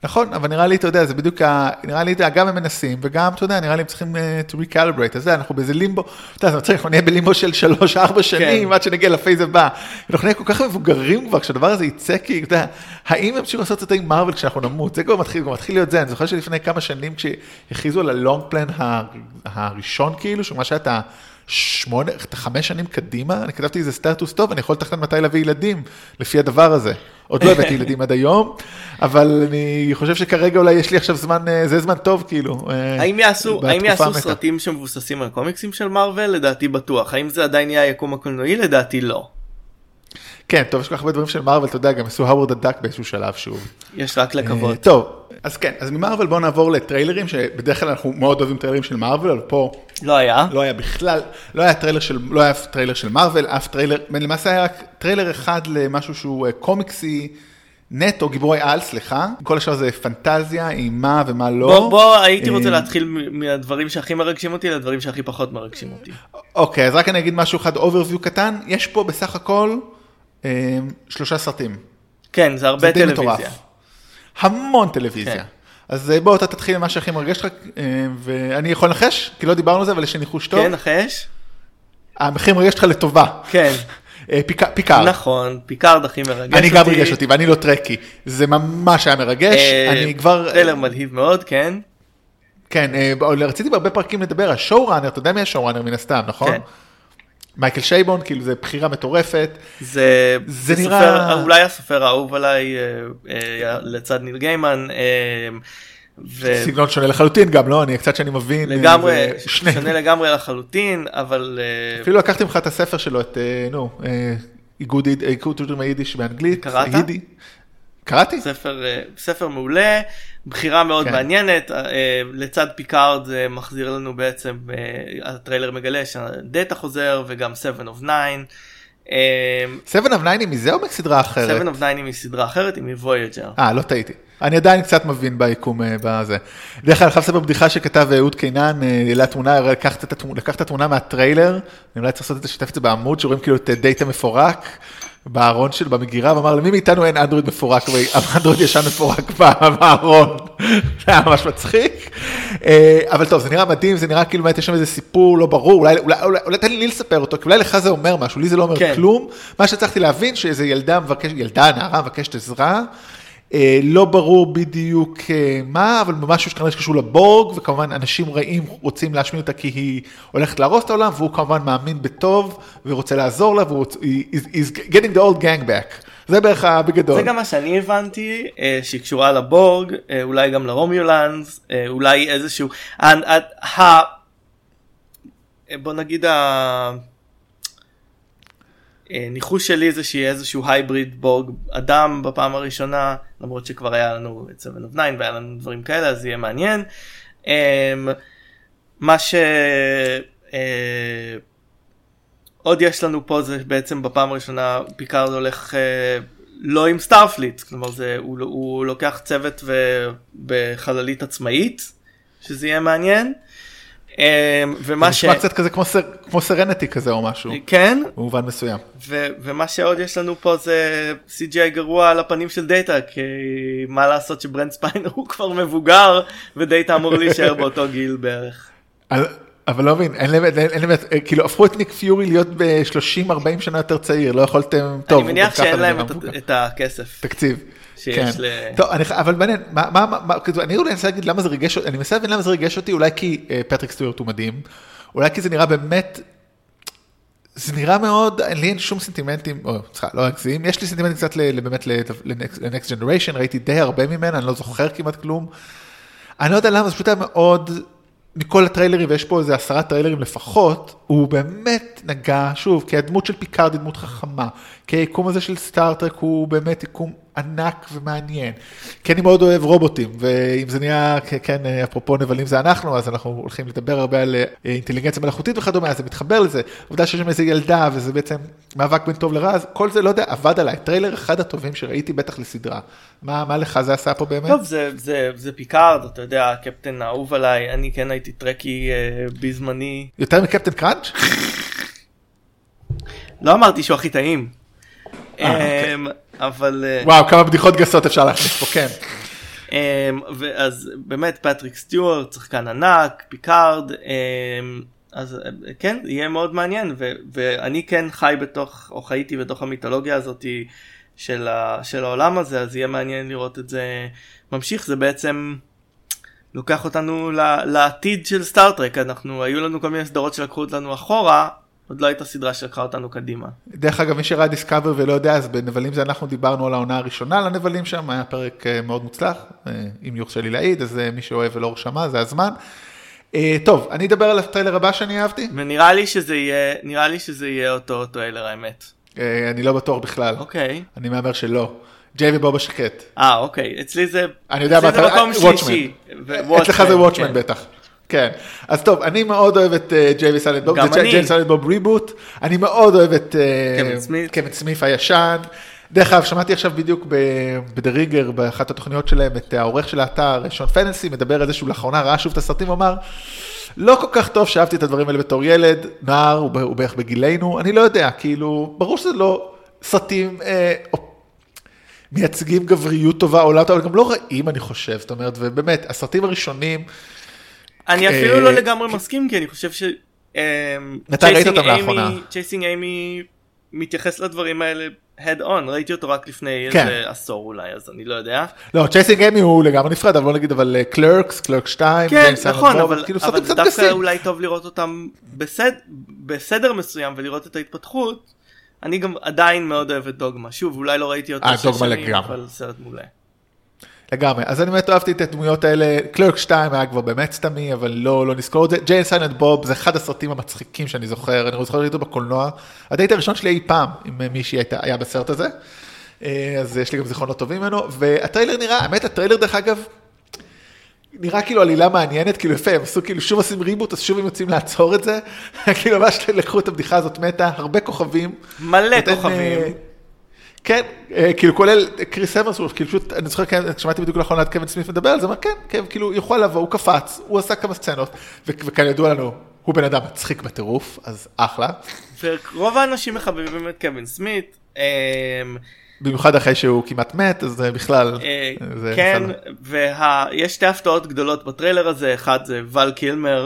נכון, אבל נראה לי, אתה יודע, זה בדיוק, נראה לי, גם הם מנסים, וגם, אתה יודע, נראה לי הם צריכים to recalibrate, אז אנחנו באיזה לימבו, אתה יודע, אנחנו נהיה בלימבו של שלוש, ארבע שנים, עד שנגיע לפייז הבא. אנחנו נהיה כל כך מבוגרים כבר, כשהדבר הזה יצא, כי, אתה יודע, האם הם שירו לעשות את זה עם מרוול כשאנחנו נמות? זה כבר מתחיל, כבר מתחיל להיות זה. אני זוכר שלפני כמה שנים, כשהכריזו על הלונג פלן הראשון, כאילו, שמה שאתה שמונה, חמש שנים קדימה, אני כתבתי איזה סטטוס טוב, אני יכול לתכנן מתי להביא ילדים, לפי הדבר הזה. עוד לא הבאתי ילדים עד היום, אבל אני חושב שכרגע אולי יש לי עכשיו זמן, זה זמן טוב, כאילו. האם יעשו, האם יעשו סרטים שמבוססים על קומיקסים של מארוול? לדעתי בטוח. האם זה עדיין יהיה היקום הקולנועי? לדעתי לא. כן, טוב, יש כל כך הרבה דברים של מארוול, אתה יודע, גם עשו הווארד הדק באיזשהו שלב שוב. יש רק לקוות. טוב, אז כן, אז ממארוול בואו נעבור לטריילרים, שבדרך כלל אנחנו מאוד אוהבים טריילרים של מארוול, אבל פה... לא היה. לא היה בכלל, לא היה טריילר של, לא היה טריילר של מארוול, אף טריילר, למעשה היה רק טריילר אחד למשהו שהוא קומיקסי, נטו, גיבורי על, סליחה. כל השאר זה פנטזיה, עם מה ומה לא. בוא, בוא, הייתי רוצה להתחיל מהדברים שהכי מרגשים אותי, לדברים שהכי פחות מרגשים אותי. אוקיי, אז רק אני אגיד משהו אחד, overview קטן, יש פה בסך הכל שלושה סרטים. כן, זה הרבה טלוויזיה. המון טלוויזיה. אז בוא, אתה תתחיל עם מה שהכי מרגש לך, ואני יכול לנחש, כי לא דיברנו על זה, אבל יש לי ניחוש טוב. כן, נחש. המחיר מרגש לך לטובה. כן. פיקארד. נכון, פיקארד הכי מרגש אותי. אני גם מרגש אותי, ואני לא טרקי. זה ממש היה מרגש. אני כבר... טריילר מדהיב מאוד, כן. כן, רציתי בהרבה פרקים לדבר, השואו-ראנר, אתה יודע מי השואו-ראנר מן הסתם, נכון? כן. מייקל שייבון, כאילו זה בחירה מטורפת. זה, זה נראה... סופר, אולי הסופר האהוב עליי לצד ניל גיימן. ו... סגנון שונה לחלוטין גם, לא? אני קצת שאני מבין. לגמרי, שונה לגמרי לחלוטין, אבל... אפילו לקחתי ממך את הספר שלו, את, נו, איגוד תורים היידיש באנגלית. קראת? קראתי? ספר, ספר מעולה, בחירה מאוד כן. מעניינת, לצד פיקארד זה מחזיר לנו בעצם, הטריילר מגלה שדאטה חוזר וגם Seven of Nine. Seven of Nine היא מזה או מסדרה אחרת? Seven of Nine היא מסדרה אחרת, היא מוויג'ר. אה, לא טעיתי. אני עדיין קצת מבין ביקום בזה. דרך כלל, חייב לספר בדיחה שכתב אהוד קינן, העלה תמונה, לקח את התמונה מהטריילר, אני אולי צריך לעשות את זה, שתף את זה בעמוד, שרואים כאילו את דאטה מפורק, בארון שלו, במגירה, ואמר, למי מאיתנו אין אנדרואיד מפורק, ואנדרואיד ישן מפורק בארון. זה היה ממש מצחיק. אבל טוב, זה נראה מדהים, זה נראה כאילו, יש שם איזה סיפור לא ברור, אולי, אולי, אולי, אולי תן לי לספר אותו, כי אולי לך זה אומר משהו, לי זה לא אומר כן. כלום. מה שצריכתי להבין, שאיזו ילדה מבקש, ילדה, נערה, מבקשת עזרה, לא ברור בדיוק מה, אבל משהו שכנראה שקשור לבורג, וכמובן אנשים רעים רוצים להשמיד אותה כי היא הולכת להרוס את העולם, והוא כמובן מאמין בטוב, ורוצה לעזור לה, והוא is getting the old gang back. זה בערך בגדול. זה גם מה שאני הבנתי, שהיא קשורה לבורג, אולי גם לרומיולנס, אולי איזשהו, בוא נגיד ה... ניחוש שלי זה שיהיה איזשהו הייבריד בורג אדם בפעם הראשונה, למרות שכבר היה לנו את Seven of Nine והיה לנו דברים כאלה, אז יהיה מעניין. מה ש... עוד יש לנו פה זה בעצם בפעם הראשונה פיקארד הולך לא עם סטארפליט, כלומר זה, הוא, הוא לוקח צוות בחללית עצמאית, שזה יהיה מעניין. ומה ש... נשמע קצת כזה כמו, סר... כמו סרנטי כזה או משהו. כן. במובן מסוים. ו... ומה שעוד יש לנו פה זה סי ג'י איי גרוע על הפנים של דאטה, כי מה לעשות שברנד ספיינר הוא כבר מבוגר, ודאטה אמור להישאר באותו גיל בערך. אבל לא מבין, אין להם, אין להם, כאילו הפכו את ניק פיורי להיות ב-שלושים ארבעים שנה יותר צעיר, לא יכולתם, טוב. אני מניח שאין להם את, את הכסף. תקציב. שיש כן. ל... טוב, אני, אבל מעניין, מה, מה, מה, אני אולי אנסה להגיד למה זה ריגש, אני מנסה להבין למה זה ריגש אותי, אולי כי uh, פטריק סטיוארט הוא מדהים, אולי כי זה נראה באמת, זה נראה מאוד, אין לי אין שום סנטימנטים, או, צריכה, לא אגזים, יש לי סנטימנטים קצת באמת ל-Next Generation, ראיתי די הרבה ממנה, אני לא זוכר כמעט כלום, אני לא יודע למה, זה פשוט היה מאוד... מכל הטריילרים, ויש פה איזה עשרה טריילרים לפחות, הוא באמת נגע, שוב, כי הדמות של פיקארד היא דמות חכמה, כי היקום הזה של סטארטרק הוא באמת יקום ענק ומעניין, כי אני מאוד אוהב רובוטים, ואם זה נהיה, כן, אפרופו נבלים זה אנחנו, אז אנחנו הולכים לדבר הרבה על אינטליגנציה מלאכותית וכדומה, אז זה מתחבר לזה, עובדה שיש שם איזה ילדה, וזה בעצם מאבק בין טוב לרע, אז כל זה, לא יודע, עבד עליי, טריילר אחד הטובים שראיתי בטח לסדרה. מה, מה לך זה עשה פה באמת? טוב, זה, זה, זה פיקארד, אתה יודע, הקפטן האהוב עליי, אני כן הייתי טרקי אה, בזמני. יותר מקפטן קראנץ'? לא אמרתי שהוא הכי טעים. אה, אבל... וואו, כמה בדיחות גסות אפשר להכניס פה, כן. אז באמת פטריק סטיוארט, שחקן ענק, פיקארד, אז כן, יהיה מאוד מעניין, ואני כן חי בתוך, או חייתי בתוך המיתולוגיה הזאת של העולם הזה, אז יהיה מעניין לראות את זה ממשיך. זה בעצם לוקח אותנו לעתיד של סטארטרק. אנחנו, היו לנו כל מיני סדרות שלקחו אותנו אחורה, עוד לא הייתה סדרה שלקחה אותנו קדימה. דרך אגב, מי שראה דיסקאבר ולא יודע, אז בנבלים זה אנחנו דיברנו על העונה הראשונה לנבלים שם, היה פרק מאוד מוצלח, אם יורשה לי להעיד, אז מי שאוהב ולא שמע, זה הזמן. טוב, אני אדבר על הטריילר הבא שאני אהבתי. ונראה לי שזה יהיה, נראה לי שזה יהיה אותו טריילר, האמת. אני לא בטוח בכלל. אוקיי. אני מאמר שלא. ג'יי ובובה שקט. אה, אוקיי. אצלי זה, אני יודע, אצלי זה מקום שלישי. אצלך זה וואטשמן בטח. כן. אז טוב, אני מאוד אוהב את ג'יי וסילנט בוב. גם אני. ג'יי וסילנט בוב ריבוט. אני מאוד אוהב את קווין סמית. קווין סמית הישן. דרך אגב, שמעתי עכשיו בדיוק בדריגר, באחת התוכניות שלהם, את העורך של האתר, שון פנסי, מדבר על זה שהוא לאחרונה ראה שוב את הסרטים, הוא אמר, לא כל כך טוב שאהבתי את הדברים האלה בתור ילד, נער, הוא בערך בגילנו, אני לא יודע, כאילו, ברור שזה לא סרטים אה, מייצגים גבריות טובה, עולם טובה, אבל גם לא רעים, אני חושב, זאת אומרת, ובאמת, הסרטים הראשונים... אני אפילו לא לגמרי מסכים, כי אני חושב ש... אתה ראית אותם לאחרונה. צ'ייסינג אימי מתייחס לדברים האלה head on, ראיתי אותו רק לפני איזה עשור אולי, אז אני לא יודע. לא, צ'ייסינג אימי הוא לגמרי נפרד, אבל לא נגיד, אבל קלרקס, קלרק שתיים, כן, נכון, אבל זה דווקא אולי טוב לראות אותם בסדר מסוים, ולראות את ההתפתחות. אני גם עדיין מאוד אוהב את דוגמה, שוב, אולי לא ראיתי אותו שש שנים, אבל סרט מעולה. לגמרי, אז אני באמת אוהבתי את הדמויות האלה, קלרק שתיים היה כבר באמת סתמי, אבל לא, לא נזכור את זה, ג'יי וסילנט בוב זה אחד הסרטים המצחיקים שאני זוכר, אני זוכר לראות אותו בקולנוע, הדייט הראשון שלי אי פעם, עם מישהי היה בסרט הזה, אז יש לי גם זיכרונות טובים ממנו, והטריילר נראה, האמת הטריילר דרך אגב, נראה כאילו עלילה מעניינת, כאילו יפה, הם עשו כאילו שוב עושים ריבוט, אז שוב הם יוצאים לעצור את זה, כאילו ממש לקחו את הבדיחה הזאת מתה, הרבה כוכבים. מלא כוכבים. כן, כאילו כולל קריס אמרסוורף, כאילו פשוט, אני זוכר, כשמעתי בדיוק לאחרונה את קווין סמית מדבר על זה, אמר, כן, כן, כאילו יכול לבוא, הוא קפץ, הוא עשה כמה סצנות, וכאן ידוע לנו, הוא בן אדם מצחיק בטירוף, אז אחלה. ורוב האנשים מחבבים את קווין סמית, במיוחד אחרי שהוא כמעט מת, אז בכלל. כן, ויש שתי הפתעות גדולות בטריילר הזה, אחד זה ול קילמר,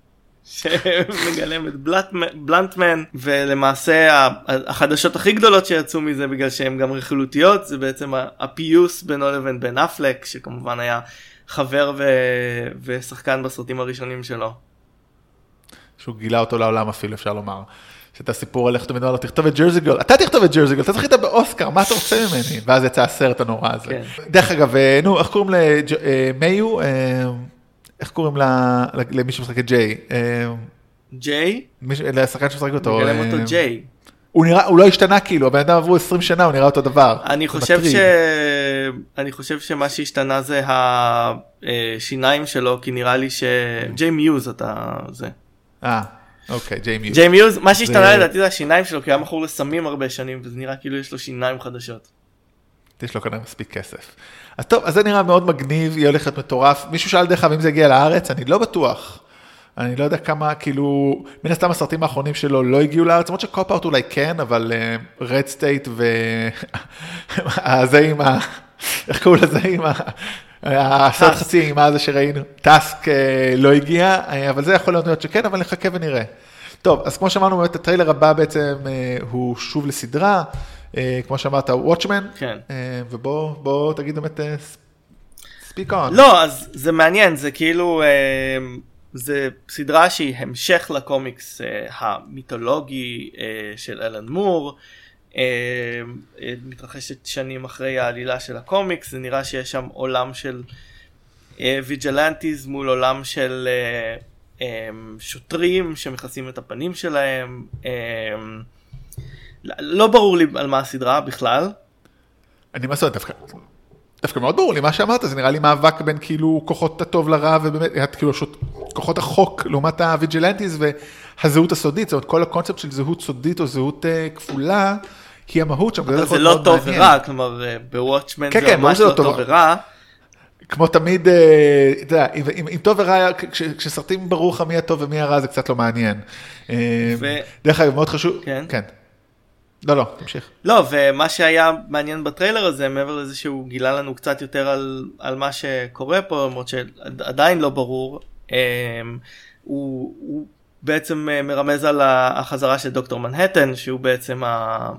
שמגלם את בלנטמן, ולמעשה החדשות הכי גדולות שיצאו מזה, בגלל שהן גם רכילותיות, זה בעצם הפיוס בינו לבין בן אפלק, שכמובן היה חבר ושחקן בסרטים הראשונים שלו. שהוא גילה אותו לעולם אפילו, אפשר לומר. שאתה סיפור על איך אתה מדבר לו, תכתוב את ג'רזי גרל, אתה תכתוב את ג'רזי גרל, אתה זכית באוסקר, מה אתה רוצה ממני? ואז יצא הסרט הנורא הזה. כן. דרך אגב, נו, איך קוראים למיו? איך קוראים למי שמשחק את ג'יי? ג'יי? לשחקן שמשחק אותו. מגלם אותו ג'יי. הוא נראה, הוא לא השתנה כאילו, הבן אדם עברו עשרים שנה, הוא נראה אותו דבר. אני חושב ש... אני חושב שמה שהשתנה זה השיניים שלו, כי נראה לי ש... ג'יי מיוז אתה... זה. אה. אוקיי, ג'יי מיוז. ג'יי מיוז, מה שהשתנה לדעתי זה השיניים שלו, כי היה מכור לסמים הרבה שנים, וזה נראה כאילו יש לו שיניים חדשות. יש לו כנראה מספיק כסף. אז טוב, אז זה נראה מאוד מגניב, יהיה הולך להיות מטורף. מישהו שאל דרך אם זה הגיע לארץ, אני לא בטוח. אני לא יודע כמה, כאילו, מן הסתם הסרטים האחרונים שלו לא הגיעו לארץ, למרות שקופארט אולי כן, אבל רד סטייט והזה עם ה... איך קראו לזה עם ה... הסרט חצי עם הזה שראינו, טאסק לא הגיע, אבל זה יכול להיות שכן, אבל נחכה ונראה. טוב, אז כמו שאמרנו, באמת הטריילר הבא בעצם הוא שוב לסדרה, כמו שאמרת, וואטשמן, כן. ובוא, בוא תגיד באמת, speak on. לא, אז זה מעניין, זה כאילו, זה סדרה שהיא המשך לקומיקס המיתולוגי של אלן מור, מתרחשת שנים אחרי העלילה של הקומיקס, זה נראה שיש שם עולם של ויג'לנטיז מול עולם של שוטרים שמכסים את הפנים שלהם, לא ברור לי על מה הסדרה בכלל. אני מסוים, דווקא, דווקא מאוד ברור לי מה שאמרת, זה נראה לי מאבק בין כאילו כוחות הטוב לרע, ובאמת כאילו כוחות החוק לעומת הוויג'לנטיז והזהות הסודית, זאת אומרת כל הקונספט של זהות סודית או זהות כפולה, היא המהות שם. אבל זה לא טוב ורע, כלומר בוואטשמן זה ממש לא טוב ורע. כמו תמיד, אתה יודע, אם טוב ורע, כשסרטים ברור לך מי הטוב ומי הרע, זה קצת לא מעניין. דרך אגב, מאוד חשוב. כן. לא, לא, תמשיך. לא, ומה שהיה מעניין בטריילר הזה, מעבר לזה שהוא גילה לנו קצת יותר על, על מה שקורה פה, למרות שעדיין לא ברור, הוא, הוא בעצם מרמז על החזרה של דוקטור מנהטן, שהוא בעצם ה,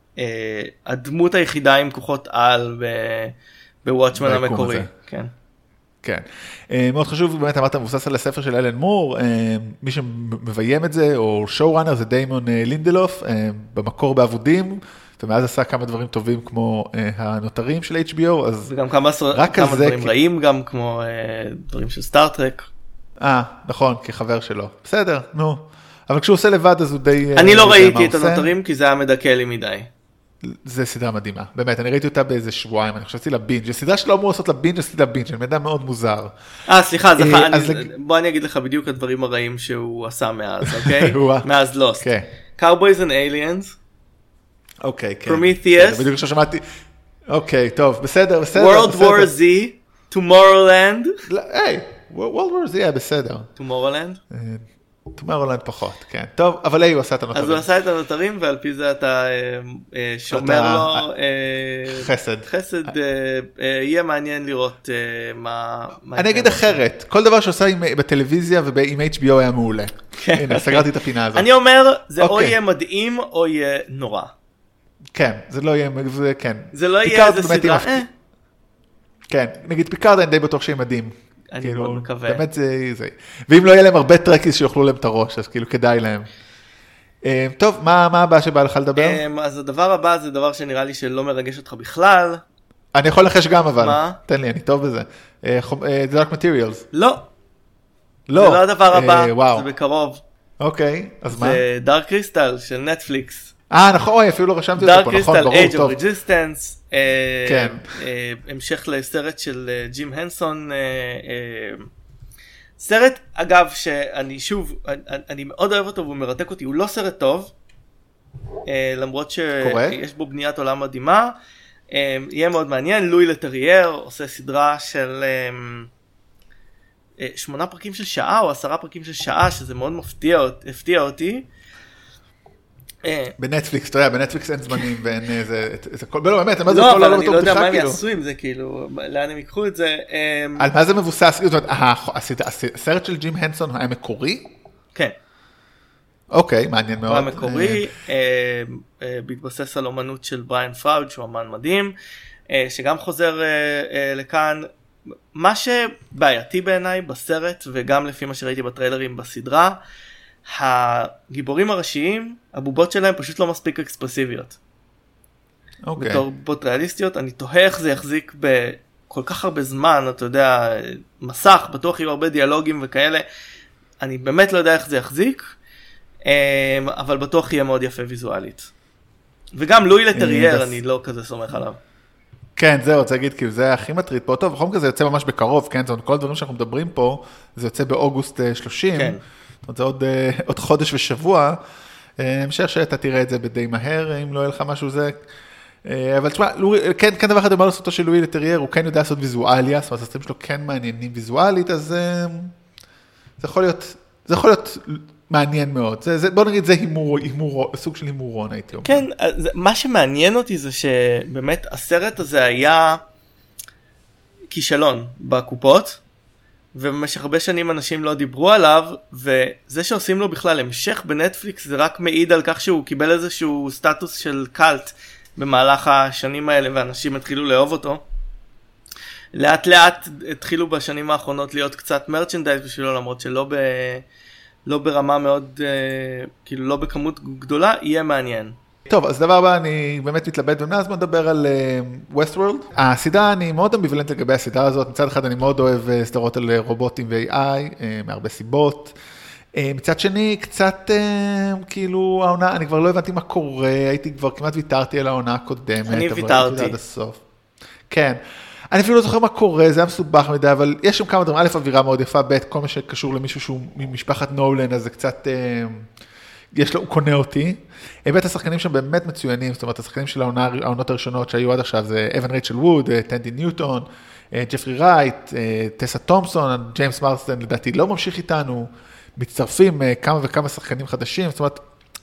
הדמות היחידה עם כוחות על בוואטשמן המקורי. כן. כן. מאוד חשוב, באמת אמרת, מבוסס על הספר של אלן מור, מי שמביים את זה, או שואו-ראנר, זה דיימון לינדלוף, במקור בעבודים, ומאז עשה כמה דברים טובים כמו הנותרים של אייץ' בי או, אז וגם כמה, כמה דברים כי... רעים גם, כמו דברים של סטארטרק. אה, נכון, כחבר שלו. בסדר, נו. אבל כשהוא עושה לבד, אז הוא די... אני לא ראיתי את הנותרים, כי זה היה מדכא לי מדי. זה סדרה מדהימה, באמת, אני ראיתי אותה באיזה שבועיים, אני חשבתי לבינג', זו סדרה שלא אמור לעשות לבינג', עשיתי לבינג', אני מידע מאוד מוזר. אה, סליחה, בוא אני אגיד לך בדיוק הדברים הרעים שהוא עשה מאז, אוקיי? מאז לוסט. Cowboys and Aliens. אוקיי, כן. Prometheus. בדיוק ששמעתי. אוקיי, טוב, בסדר, בסדר. World War Z, Tomorrowland. היי, World War Z היה בסדר. Tomorrowland. טומארולנד פחות, כן. טוב, אבל היי, הוא עשה את הנותרים. אז הוא עשה את הנותרים, ועל פי זה אתה שומר לו... חסד. חסד, יהיה מעניין לראות מה... אני אגיד אחרת, כל דבר שעושה בטלוויזיה ועם אייץ' בי או היה מעולה. הנה, סגרתי את הפינה הזאת. אני אומר, זה או יהיה מדהים, או יהיה נורא. כן, זה לא יהיה, כן. זה לא יהיה איזה סדרה. כן, נגיד פיקארד אני די בטוח שיהיה מדהים. אני כאילו, מאוד מקווה. באמת זה, זה. ואם לא יהיה להם הרבה טרקיס שיוכלו להם את הראש, אז כאילו כדאי להם. טוב, מה, מה הבא שבא לך לדבר? אז הדבר הבא זה דבר שנראה לי שלא מרגש אותך בכלל. אני יכול לחש גם אבל. מה? תן לי, אני טוב בזה. Dark Materials. לא. לא. זה לא הדבר הבא, זה בקרוב. אוקיי, אז מה? זה Dark Crystal של נטפליקס. אה, נכון, אוי, אפילו לא רשמתי אותו פה, נכון, ברור, Dark Crystal, Age טוב. of Resistance, כן. המשך לסרט של ג'ים הנסון, סרט, אגב, שאני שוב, אני מאוד אוהב אותו והוא מרתק אותי, הוא לא סרט טוב, למרות שיש בו בניית עולם מדהימה, יהיה מאוד מעניין, לואי לטרייר עושה סדרה של שמונה פרקים של שעה או עשרה פרקים של שעה, שזה מאוד מפתיע, הפתיע אותי, בנטפליקס, אתה יודע, בנטפליקס אין זמנים ואין איזה, לא, באמת, מה זה לא, כל אבל אני לא יודע מה הם יעשו עם זה, כאילו, לאן הם ייקחו את זה. על מה זה מבוסס? זאת אומרת, הסרט של ג'ים הנסון היה מקורי? כן. אוקיי, מעניין מאוד. היה מקורי, בהתבסס על אומנות של בריאן פראוד, שהוא אמן מדהים, שגם חוזר לכאן. מה שבעייתי בעיניי בסרט, וגם לפי מה שראיתי בטריילרים בסדרה, הגיבורים הראשיים, הבובות שלהם פשוט לא מספיק אקספרסיביות. אוקיי. בתור בובות ריאליסטיות, אני תוהה איך זה יחזיק בכל כך הרבה זמן, אתה יודע, מסך, בטוח יהיו הרבה דיאלוגים וכאלה, אני באמת לא יודע איך זה יחזיק, אבל בטוח יהיה מאוד יפה ויזואלית. וגם לואי לטרייר, אני לא כזה סומך עליו. כן, זהו, רוצה להגיד, כאילו זה הכי מטריד פה, טוב, בכל מקרה זה יוצא ממש בקרוב, כן, זאת אומרת, כל הדברים שאנחנו מדברים פה, זה יוצא באוגוסט שלושים, כן. זאת אומרת, זה עוד, עוד חודש ושבוע, המשך שאתה תראה את זה בדי מהר, אם לא יהיה לך משהו זה, אבל תשמע, כן, כן דבר אחד אמר לעשותו של לואי לטרייר, הוא כן יודע לעשות ויזואליה, זאת אומרת, הסרטים שלו כן מעניינים ויזואלית, אז זה יכול להיות, זה יכול להיות מעניין מאוד, זה, זה, בוא נגיד, זה הימור, הימור, סוג של הימורון, הייתי אומר. כן, מה שמעניין אותי זה שבאמת הסרט הזה היה כישלון בקופות, ובמשך הרבה שנים אנשים לא דיברו עליו, וזה שעושים לו בכלל המשך בנטפליקס, זה רק מעיד על כך שהוא קיבל איזשהו סטטוס של קלט במהלך השנים האלה, ואנשים התחילו לאהוב אותו. לאט לאט התחילו בשנים האחרונות להיות קצת מרצ'נדייז בשבילו, למרות שלא ב... לא ברמה מאוד, כאילו לא בכמות גדולה, יהיה מעניין. טוב, אז דבר הבא, אני באמת מתלבט, ומאז בוא נדבר על Westworld. הסדרה, אני מאוד אמביוולנט לגבי הסדרה הזאת, מצד אחד אני מאוד אוהב סדרות על רובוטים ו-איי איי, מהרבה סיבות. מצד שני, קצת כאילו העונה, אני כבר לא הבנתי מה קורה, הייתי כבר כמעט ויתרתי על העונה הקודמת. אני ויתרתי. עד הסוף. כן. אני אפילו לא זוכר מה קורה, זה היה מסובך מדי, אבל יש שם כמה דברים, א', אווירה מאוד יפה, ב', כל מה שקשור למישהו שהוא ממשפחת נולן, אז זה קצת, יש לו, הוא קונה אותי. ב', השחקנים שם באמת מצוינים, זאת אומרת, השחקנים של העונה, העונות הראשונות שהיו עד עכשיו, זה אבן רייצ'ל ווד, טנדי ניוטון, ג'פרי רייט, טסה תומפסון, ג'יימס מרסטן, לדעתי לא ממשיך איתנו, מצטרפים כמה וכמה שחקנים חדשים, זאת אומרת,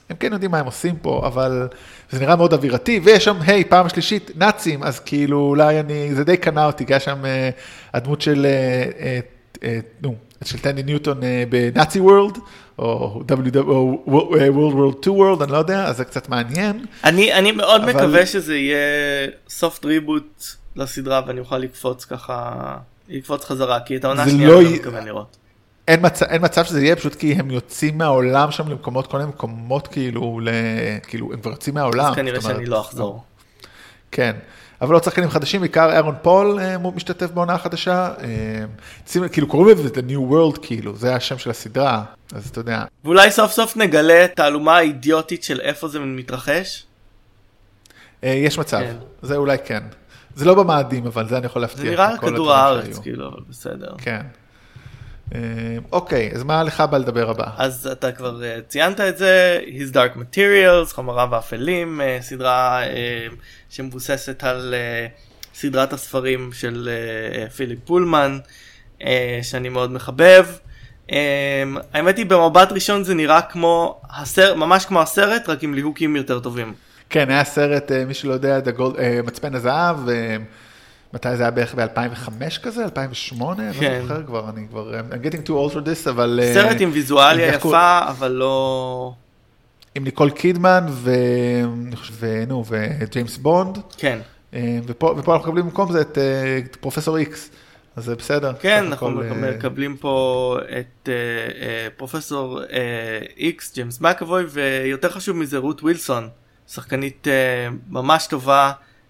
הם כן יודעים מה הם עושים פה, אבל זה נראה מאוד אווירתי, ויש שם, היי, פעם שלישית, נאצים, אז כאילו אולי אני, זה די קנה אותי, כי היה שם הדמות של, נו, של טנדי ניוטון בנאצי וורלד, או World War טו World, אני לא יודע, אז זה קצת מעניין. אני, אני מאוד אבל... מקווה שזה יהיה soft reboot לסדרה, ואני אוכל לקפוץ ככה, לקפוץ חזרה, כי את העונה שנייה לא אני מתכוון לראות. אין מצב, אין מצב שזה יהיה, פשוט כי הם יוצאים מהעולם שם למקומות, כל מיני מקומות כאילו, ל... כאילו, הם כבר יוצאים מהעולם. אז כנראה שאני לא אחזור. כן. אבל לא שחקנים חדשים, בעיקר אירון פול משתתף בעונה חדשה, כאילו קוראים לזה The New World, כאילו, זה השם של הסדרה, אז אתה יודע. ואולי סוף סוף נגלה תעלומה האידיוטית של איפה זה מתרחש? יש מצב, זה אולי כן. זה לא במאדים, אבל זה אני יכול להבטיח. זה נראה על כדור הארץ, כאילו, אבל בסדר. כן. אוקיי, אז מה לך בא לדבר הבא? אז אתה כבר ציינת את זה, His Dark Materials, חומריו האפלים, סדרה שמבוססת על סדרת הספרים של פיליפ פולמן, שאני מאוד מחבב. האמת היא, במבט ראשון זה נראה כמו, ממש כמו הסרט, רק עם ליהוקים יותר טובים. כן, היה סרט, מי שלא יודע, מצפן הזהב, מתי זה היה בערך ב-אלפיים וחמש כזה, אלפיים ושמונה, אני לא זוכר כבר, אני כבר, I'm getting too old for this, אבל... סרט עם ויזואליה יפה, אבל לא... עם ניקול קידמן, ונו, וג'יימס בונד. כן. ופה אנחנו מקבלים במקום זה את פרופסור איקס, אז זה בסדר. כן, אנחנו מקבלים פה את פרופסור איקס, ג'יימס מקאבוי, ויותר חשוב מזה, רות ווילסון, שחקנית ממש טובה,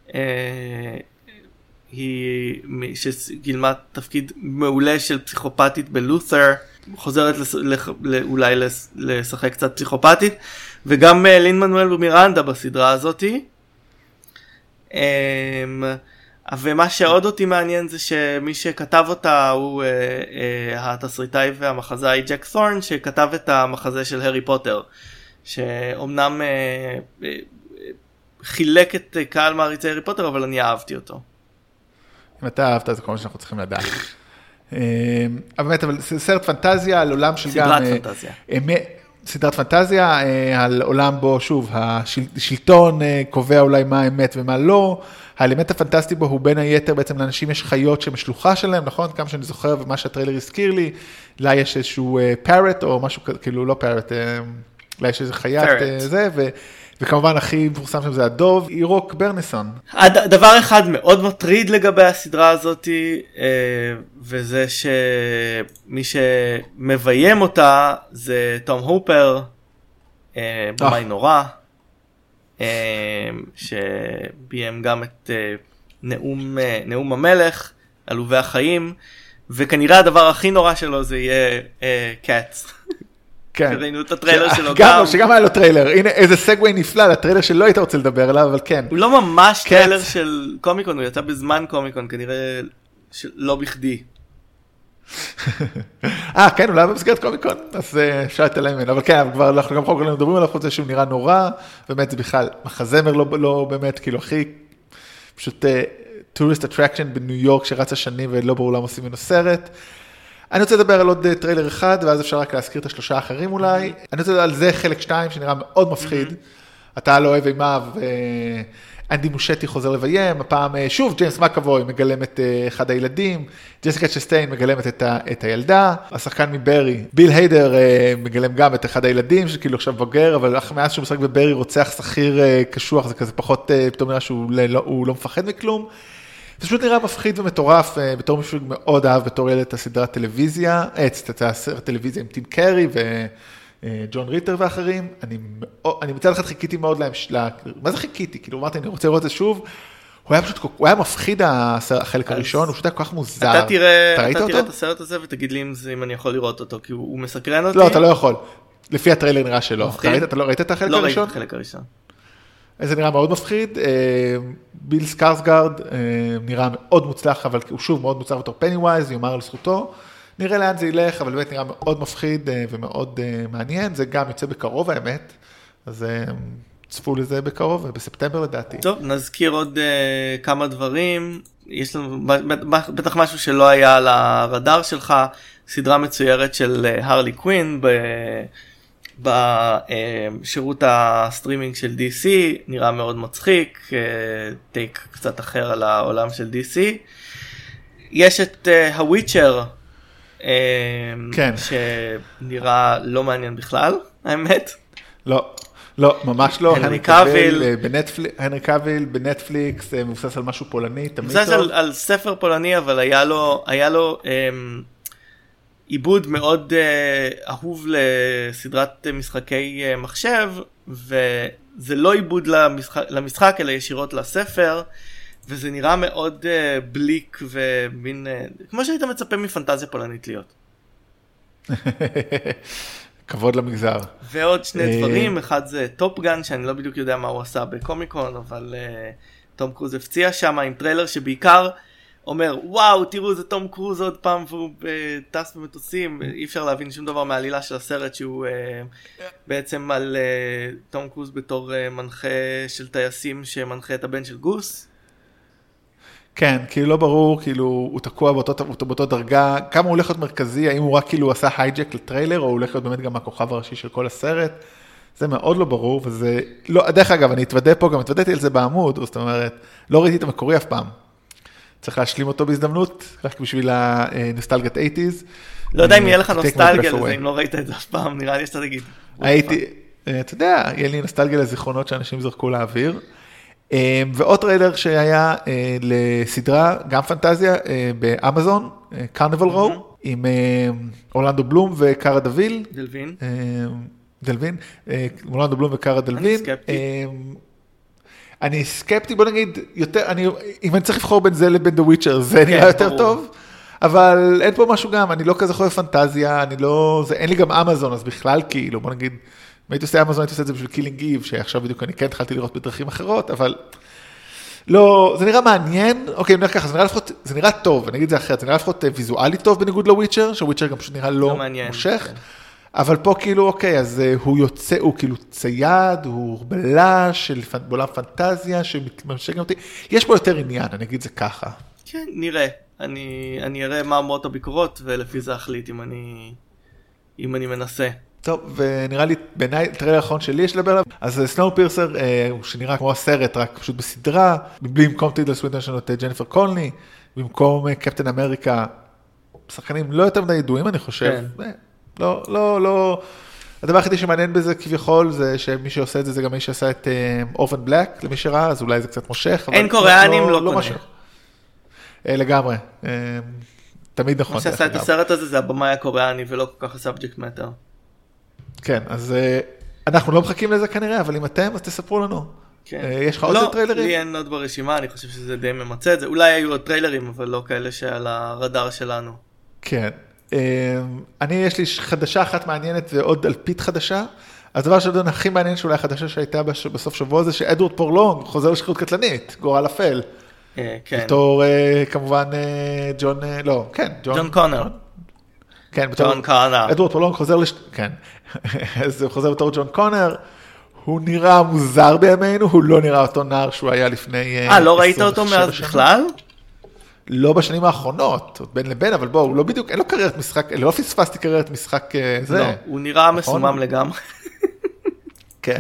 היא שגילמה תפקיד מעולה של פסיכופתית בלותר, חוזרת אולי לשחק קצת פסיכופתית, וגם לין מנואל ומירנדה בסדרה הזאת. ומה שעוד אותי מעניין זה שמי שכתב אותה הוא התסריטאי והמחזאי ג'ק תורן, שכתב את המחזה של הארי פוטר, שאומנם חילק את קהל מעריצי הארי פוטר, אבל אני אהבתי אותו. אם אתה אהבת, זה כל מה שאנחנו צריכים לדעת. אבל באמת, אבל סרט פנטזיה על עולם של גם... סדרת פנטזיה. סדרת פנטזיה על עולם בו, שוב, השלטון קובע אולי מה האמת ומה לא. האלמנט הפנטסטי בו הוא בין היתר, בעצם לאנשים יש חיות שמשלוחה שלהם, נכון? כמה שאני זוכר ומה שהטריילר הזכיר לי, לה יש איזשהו פארט או משהו, כאילו לא פארט, לה יש איזו חיית זה, ו... וכמובן הכי מפורסם שם זה הדוב, אירוק ברנסון. דבר אחד מאוד מטריד לגבי הסדרה הזאת, וזה שמי שמביים אותה זה תום הופר, במאי נורא, שביים גם את נאום, נאום המלך, עלובי החיים, וכנראה הדבר הכי נורא שלו זה יהיה קאטס. כן. ראינו את הטריילר שלו גם. שגם היה לו טריילר. הנה איזה סגווי נפלא לטריילר שלא היית רוצה לדבר עליו, אבל כן. הוא לא ממש טריילר של קומיקון, הוא יצא בזמן קומיקון, כנראה לא בכדי. אה, כן, אולי במסגרת קומיקון, אז אפשר להתעלם ממנו, אבל כן, כבר אנחנו גם חוקרים מדברים עליו, חוץ שהוא נראה נורא, באמת זה בכלל, מחזמר לא באמת, כאילו הכי, פשוט טוריסט אטרקשן בניו יורק שרץ השנים ולא ברור למה עושים ממנו סרט. אני רוצה לדבר על עוד טריילר אחד, ואז אפשר רק להזכיר את השלושה האחרים אולי. אני רוצה לדבר על זה חלק שתיים, שנראה מאוד מפחיד. אתה לא אוהב אימה, ואנדי מושטי חוזר לביים. הפעם, שוב, ג'יימס מקאבוי מגלם את אחד הילדים, ג'סיקה צ'סטיין מגלמת את, ה, את הילדה, השחקן מברי, ביל היידר מגלם גם את אחד הילדים, שכאילו עכשיו בוגר, אבל מאז שהוא משחק בברי רוצח שכיר קשוח, זה כזה פחות, פתאום נראה שהוא לא, לא מפחד מכלום. זה פשוט נראה מפחיד ומטורף, בתור מישהו מאוד אהב בתור ילד את הסדרת טלוויזיה, את הסרט טלוויזיה עם טים קרי וג'ון ריטר ואחרים. אני, אני מצד אחד חיכיתי מאוד להם, מה זה חיכיתי? כאילו אמרתי, אני רוצה לראות את זה שוב. הוא היה פשוט, הוא היה מפחיד החלק הראשון, הוא פשוט היה כל כך מוזר. אתה תראה, אתה תראה את הסרט הזה ותגיד לי אם אני יכול לראות אותו, כי הוא מסקרן אותי. לא, אתה לא יכול. לפי הטריילר נראה שלא. אתה לא ראית את החלק הראשון? לא ראיתי את החלק הראשון. זה נראה מאוד מפחיד, ביל סקרסגארד נראה מאוד מוצלח, אבל הוא שוב מאוד מוצלח בתור פניווייז, יאמר על זכותו, נראה לאן זה ילך, אבל באמת נראה מאוד מפחיד ומאוד מעניין, זה גם יוצא בקרוב האמת, אז צפו לזה בקרוב, בספטמבר לדעתי. טוב, נזכיר עוד כמה דברים, יש לנו בטח משהו שלא היה על הרדאר שלך, סדרה מצוירת של הרלי קווין, בשירות הסטרימינג של די סי, נראה מאוד מצחיק, טייק קצת אחר על העולם של די סי. יש את הוויצ'ר, כן. שנראה לא מעניין בכלל, האמת. לא, לא, ממש לא. הנרי קאביל. הנרי קאביל בנטפליקס, מבוסס על משהו פולני, תמיד טוב. מבוסס על, על ספר פולני, אבל היה לו, היה לו אמ, עיבוד מאוד אה, אהוב לסדרת משחקי אה, מחשב, וזה לא עיבוד למשחק, למשחק, אלא ישירות לספר, וזה נראה מאוד אה, בליק ומין, אה, כמו שהיית מצפה מפנטזיה פולנית להיות. כבוד למגזר. ועוד שני דברים, אחד זה טופגן, שאני לא בדיוק יודע מה הוא עשה בקומיקון, אבל uh, תום קרוז הפציע שם עם טריילר שבעיקר אומר, וואו, תראו, זה תום קרוז עוד פעם, והוא uh, טס במטוסים, אי אפשר להבין שום דבר מהעלילה של הסרט, שהוא uh, בעצם על uh, תום קרוז בתור uh, מנחה של טייסים, שמנחה את הבן של גוס. כן, כאילו לא ברור, כאילו הוא תקוע באותו, באותו דרגה, כמה הוא הולך להיות מרכזי, האם הוא רק כאילו עשה הייג'ק לטריילר, או הוא הולך להיות באמת גם הכוכב הראשי של כל הסרט, זה מאוד לא ברור, וזה, לא, דרך אגב, אני אתוודה פה, גם התוודאתי על זה בעמוד, זאת אומרת, לא ראיתי את המקורי אף פעם, צריך להשלים אותו בהזדמנות, רק בשביל הנוסטלגיית שמונים. לא יודע אם יהיה לך נוסטלגיה לזה, אם לא ראית את זה אף פעם, נראה לי שאתה תגיד. הייתי, אתה יודע, יהיה לי נוסטלגיה לזיכרונות שאנשים זרקו לאוויר, ועוד טריילר שהיה לסדרה, גם פנטזיה, באמזון, קרניבל רו, עם אורלנדו בלום וקארה דלווין. דלווין. דלווין, אורלנדו בלום וקארה דלווין. אני סקפטי. אני סקפטי, בוא נגיד, יותר, אני, אם אני צריך לבחור בין זה לבין The Witcher, זה נראה יותר טוב, אבל אין פה משהו גם, אני לא כזה חושב פנטזיה, אני לא, זה, אין לי גם אמזון, אז בכלל כאילו, בוא נגיד, אם הייתי עושה אמזון, הייתי עושה את זה בשביל קילינג גיב, שעכשיו בדיוק אני כן התחלתי לראות בדרכים אחרות, אבל לא, זה נראה מעניין, אוקיי, נראה ככה, זה נראה לפחות, זה נראה טוב, אני אגיד את זה אחרת, זה נראה לפחות ויזואלי טוב בניגוד לוויצ'ר, שוויצ'ר גם פשוט נראה לא מושך, אבל פה כאילו, אוקיי, אז הוא יוצא, הוא כאילו צייד, הוא בלש של בעולם פנטזיה, שממשגן אותי, יש פה יותר עניין, אני אגיד זה ככה. כן, נראה, אני, אני אראה מה אמרות הביקורות, ולפי זה אחליט אם אני, אם אני מנסה. טוב, ונראה לי, בעיניי, טריילר האחרון שלי יש לדבר עליו, אז סנואו פירסר, הוא שנראה כמו הסרט, רק פשוט בסדרה, בלי במקום טידל סווינטון שלנו את ג'ניפר קולני, במקום קפטן אמריקה, שחקנים לא יותר מדי ידועים, אני חושב. כן. לא, לא, לא, הדבר היחידי שמעניין בזה כביכול, זה שמי שעושה את זה, זה גם מי שעשה את אורפן בלק, למי שראה, אז אולי זה קצת מושך. אין קוריאנים, לא קונה. לגמרי, תמיד נכון. מה שעשה את הסרט הזה, זה הבמאי הקוריאני, ולא כל כך הסאבג'קט מאטר. כן, אז אנחנו לא מחכים לזה כנראה, אבל אם אתם, אז תספרו לנו. יש לך עוד טריילרים? לא, לי אין עוד ברשימה, אני חושב שזה די ממצא את זה. אולי היו עוד טריילרים, אבל לא כאלה שעל הרדאר שלנו. כן. אני, יש לי חדשה אחת מעניינת ועוד אלפית חדשה. הדבר שעוד הכי מעניין שאולי החדשה שהייתה בסוף שבוע זה שאדוארד פורלונג חוזר לשכרות קטלנית, גורל אפל. כן. בתור כמובן ג'ון, לא, כן. ג'ון קונר. כן, ג'ון קונר. אדוארד פורלונג חוזר לש... כן. אז הוא חוזר בתור ג'ון קונר. הוא נראה מוזר בימינו, הוא לא נראה אותו נער שהוא היה לפני... אה, לא ראית אותו מאז בכלל? לא בשנים האחרונות, בין לבין, אבל בואו, הוא לא בדיוק, אין לו קריירת משחק, לא פספסתי קריירת משחק זה. לא, הוא נראה מסומם לגמרי. כן.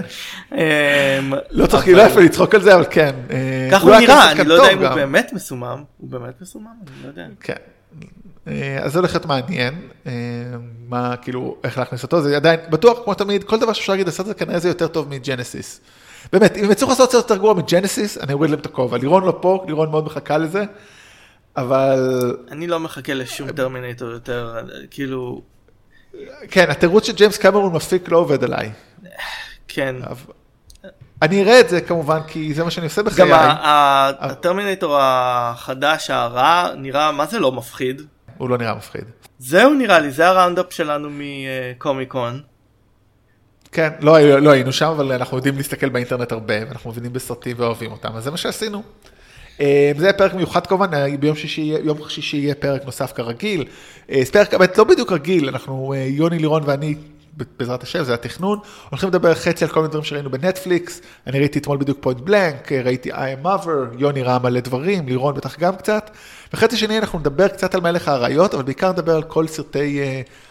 לא צריך כאילו איפה לצחוק על זה, אבל כן. כך הוא נראה, אני לא יודע אם הוא באמת מסומם, הוא באמת מסומם, אני לא יודע. כן. אז זה הולך להיות מעניין, מה, כאילו, איך להכניס אותו, זה עדיין, בטוח, כמו תמיד, כל דבר שאפשר להגיד לעשות זה כנראה זה יותר טוב מג'נסיס. באמת, אם יצטרכו לעשות יותר גרוע מג'נסיס, אני אוריד להם את הכובע. לירון לא פה, לירון מאוד מחכה לזה, אבל... אני לא מחכה לשום טרמינטור יותר, כאילו... כן, התירוץ שג'יימס קמרון מפיק לא עובד עליי. כן. אני אראה את זה כמובן, כי זה מה שאני עושה בחיי. גם הטרמינטור החדש, הרע, נראה, מה זה לא מפחיד? הוא לא נראה מפחיד. זהו נראה לי, זה הראונדאפ שלנו מקומיקון. כן, לא, לא היינו שם, אבל אנחנו יודעים להסתכל באינטרנט הרבה, ואנחנו מבינים בסרטים ואוהבים אותם, אז זה מה שעשינו. זה פרק מיוחד כמובן, ביום שישי, יום שישי יהיה פרק נוסף כרגיל. פרק, באמת לא בדיוק רגיל, אנחנו, יוני, לירון ואני, בעזרת השם, זה התכנון, הולכים לדבר חצי על כל מיני דברים שראינו בנטפליקס, אני ראיתי אתמול בדיוק פוינט בלנק, ראיתי I am Mother, יוני ראה מלא דברים, לירון בטח גם קצת, וחצי שני אנחנו נדבר קצת על מלך האריות, אבל בעיקר נדבר על כל סרטי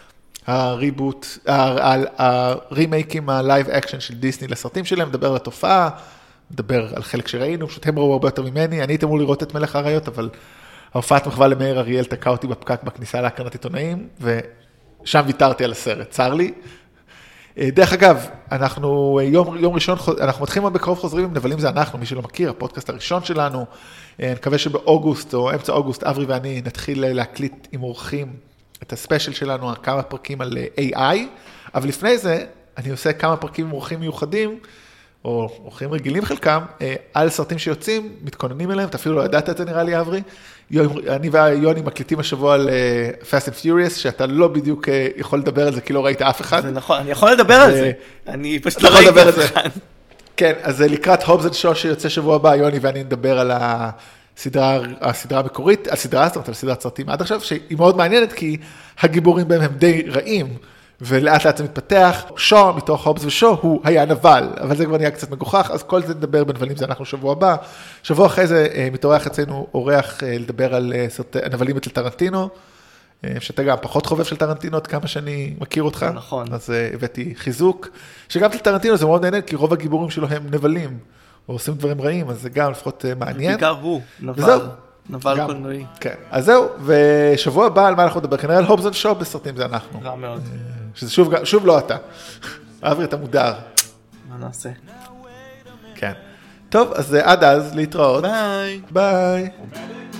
הריבוט, הרימייקים, הלייב אקשן של דיסני לסרטים שלהם, מדבר על התופעה, מדבר על חלק שראינו, פשוט הם ראו הרבה יותר ממני, אני הייתי אמור לראות את מלך האריות, אבל ההופעת מחווה למאיר אריאל תקע אותי בפקק בכניסה להקרנת עיתונאים, ושם ויתרתי על הסרט, צר לי. דרך אגב, אנחנו יום, יום ראשון, אנחנו מתחילים בקרוב חוזרים עם נבלים זה אנחנו, מי שלא מכיר, הפודקאסט הראשון שלנו, אני מקווה שבאוגוסט או אמצע אוגוסט, אברי ואני נתחיל להקליט עם אורחים את הספיישל שלנו, כמה פרקים על איי איי, אבל לפני זה אני עושה כמה פרקים עם אורחים מיוחדים, או אורחים רגילים חלקם, על סרטים שיוצאים, מתכוננים אליהם, אתה אפילו לא ידעת את זה נראה לי אברי, אני ויוני מקליטים השבוע על Fast and Furious, שאתה לא בדיוק יכול לדבר על זה, כי לא ראית אף אחד. זה נכון, אני יכול לדבר על זה, אני פשוט לא ראיתי אף אחד. כן, אז לקראת הובס אנד שו שיוצא שבוע הבא, יוני ואני נדבר על הסדרה, הסדרה המקורית, על סדרה, זאת אומרת, על סדרת סרטים עד עכשיו, שהיא מאוד מעניינת, כי הגיבורים בהם הם די רעים, ולאט לאט זה מתפתח. שו, מתוך הובס ושו, הוא היה נבל, אבל זה כבר נהיה קצת מגוחך, אז כל זה נדבר בנבלים, זה אנחנו שבוע הבא. שבוע אחרי זה מתארח אצלנו אורח לדבר על הנבלים אצל טרנטינו, שאתה גם פחות חובב של טרנטינו, עד כמה שאני מכיר אותך. נכון. אז הבאתי חיזוק, שגם של טרנטינו זה מאוד מעניין, כי רוב הגיבורים שלו הם נבלים, או עושים דברים רעים, אז זה גם לפחות מעניין. בעיקר הוא, נבל. נבל גם, קולנועי. כן, אז זהו, ושבוע הבא על מה אנחנו נדבר, כנראה על הובס אנד שו בסרטים זה אנחנו. רע מאוד. שזה שוב, שוב לא אתה. אברי, אתה מודר. מה נעשה? כן. טוב, אז עד אז, להתראות. ביי. ביי.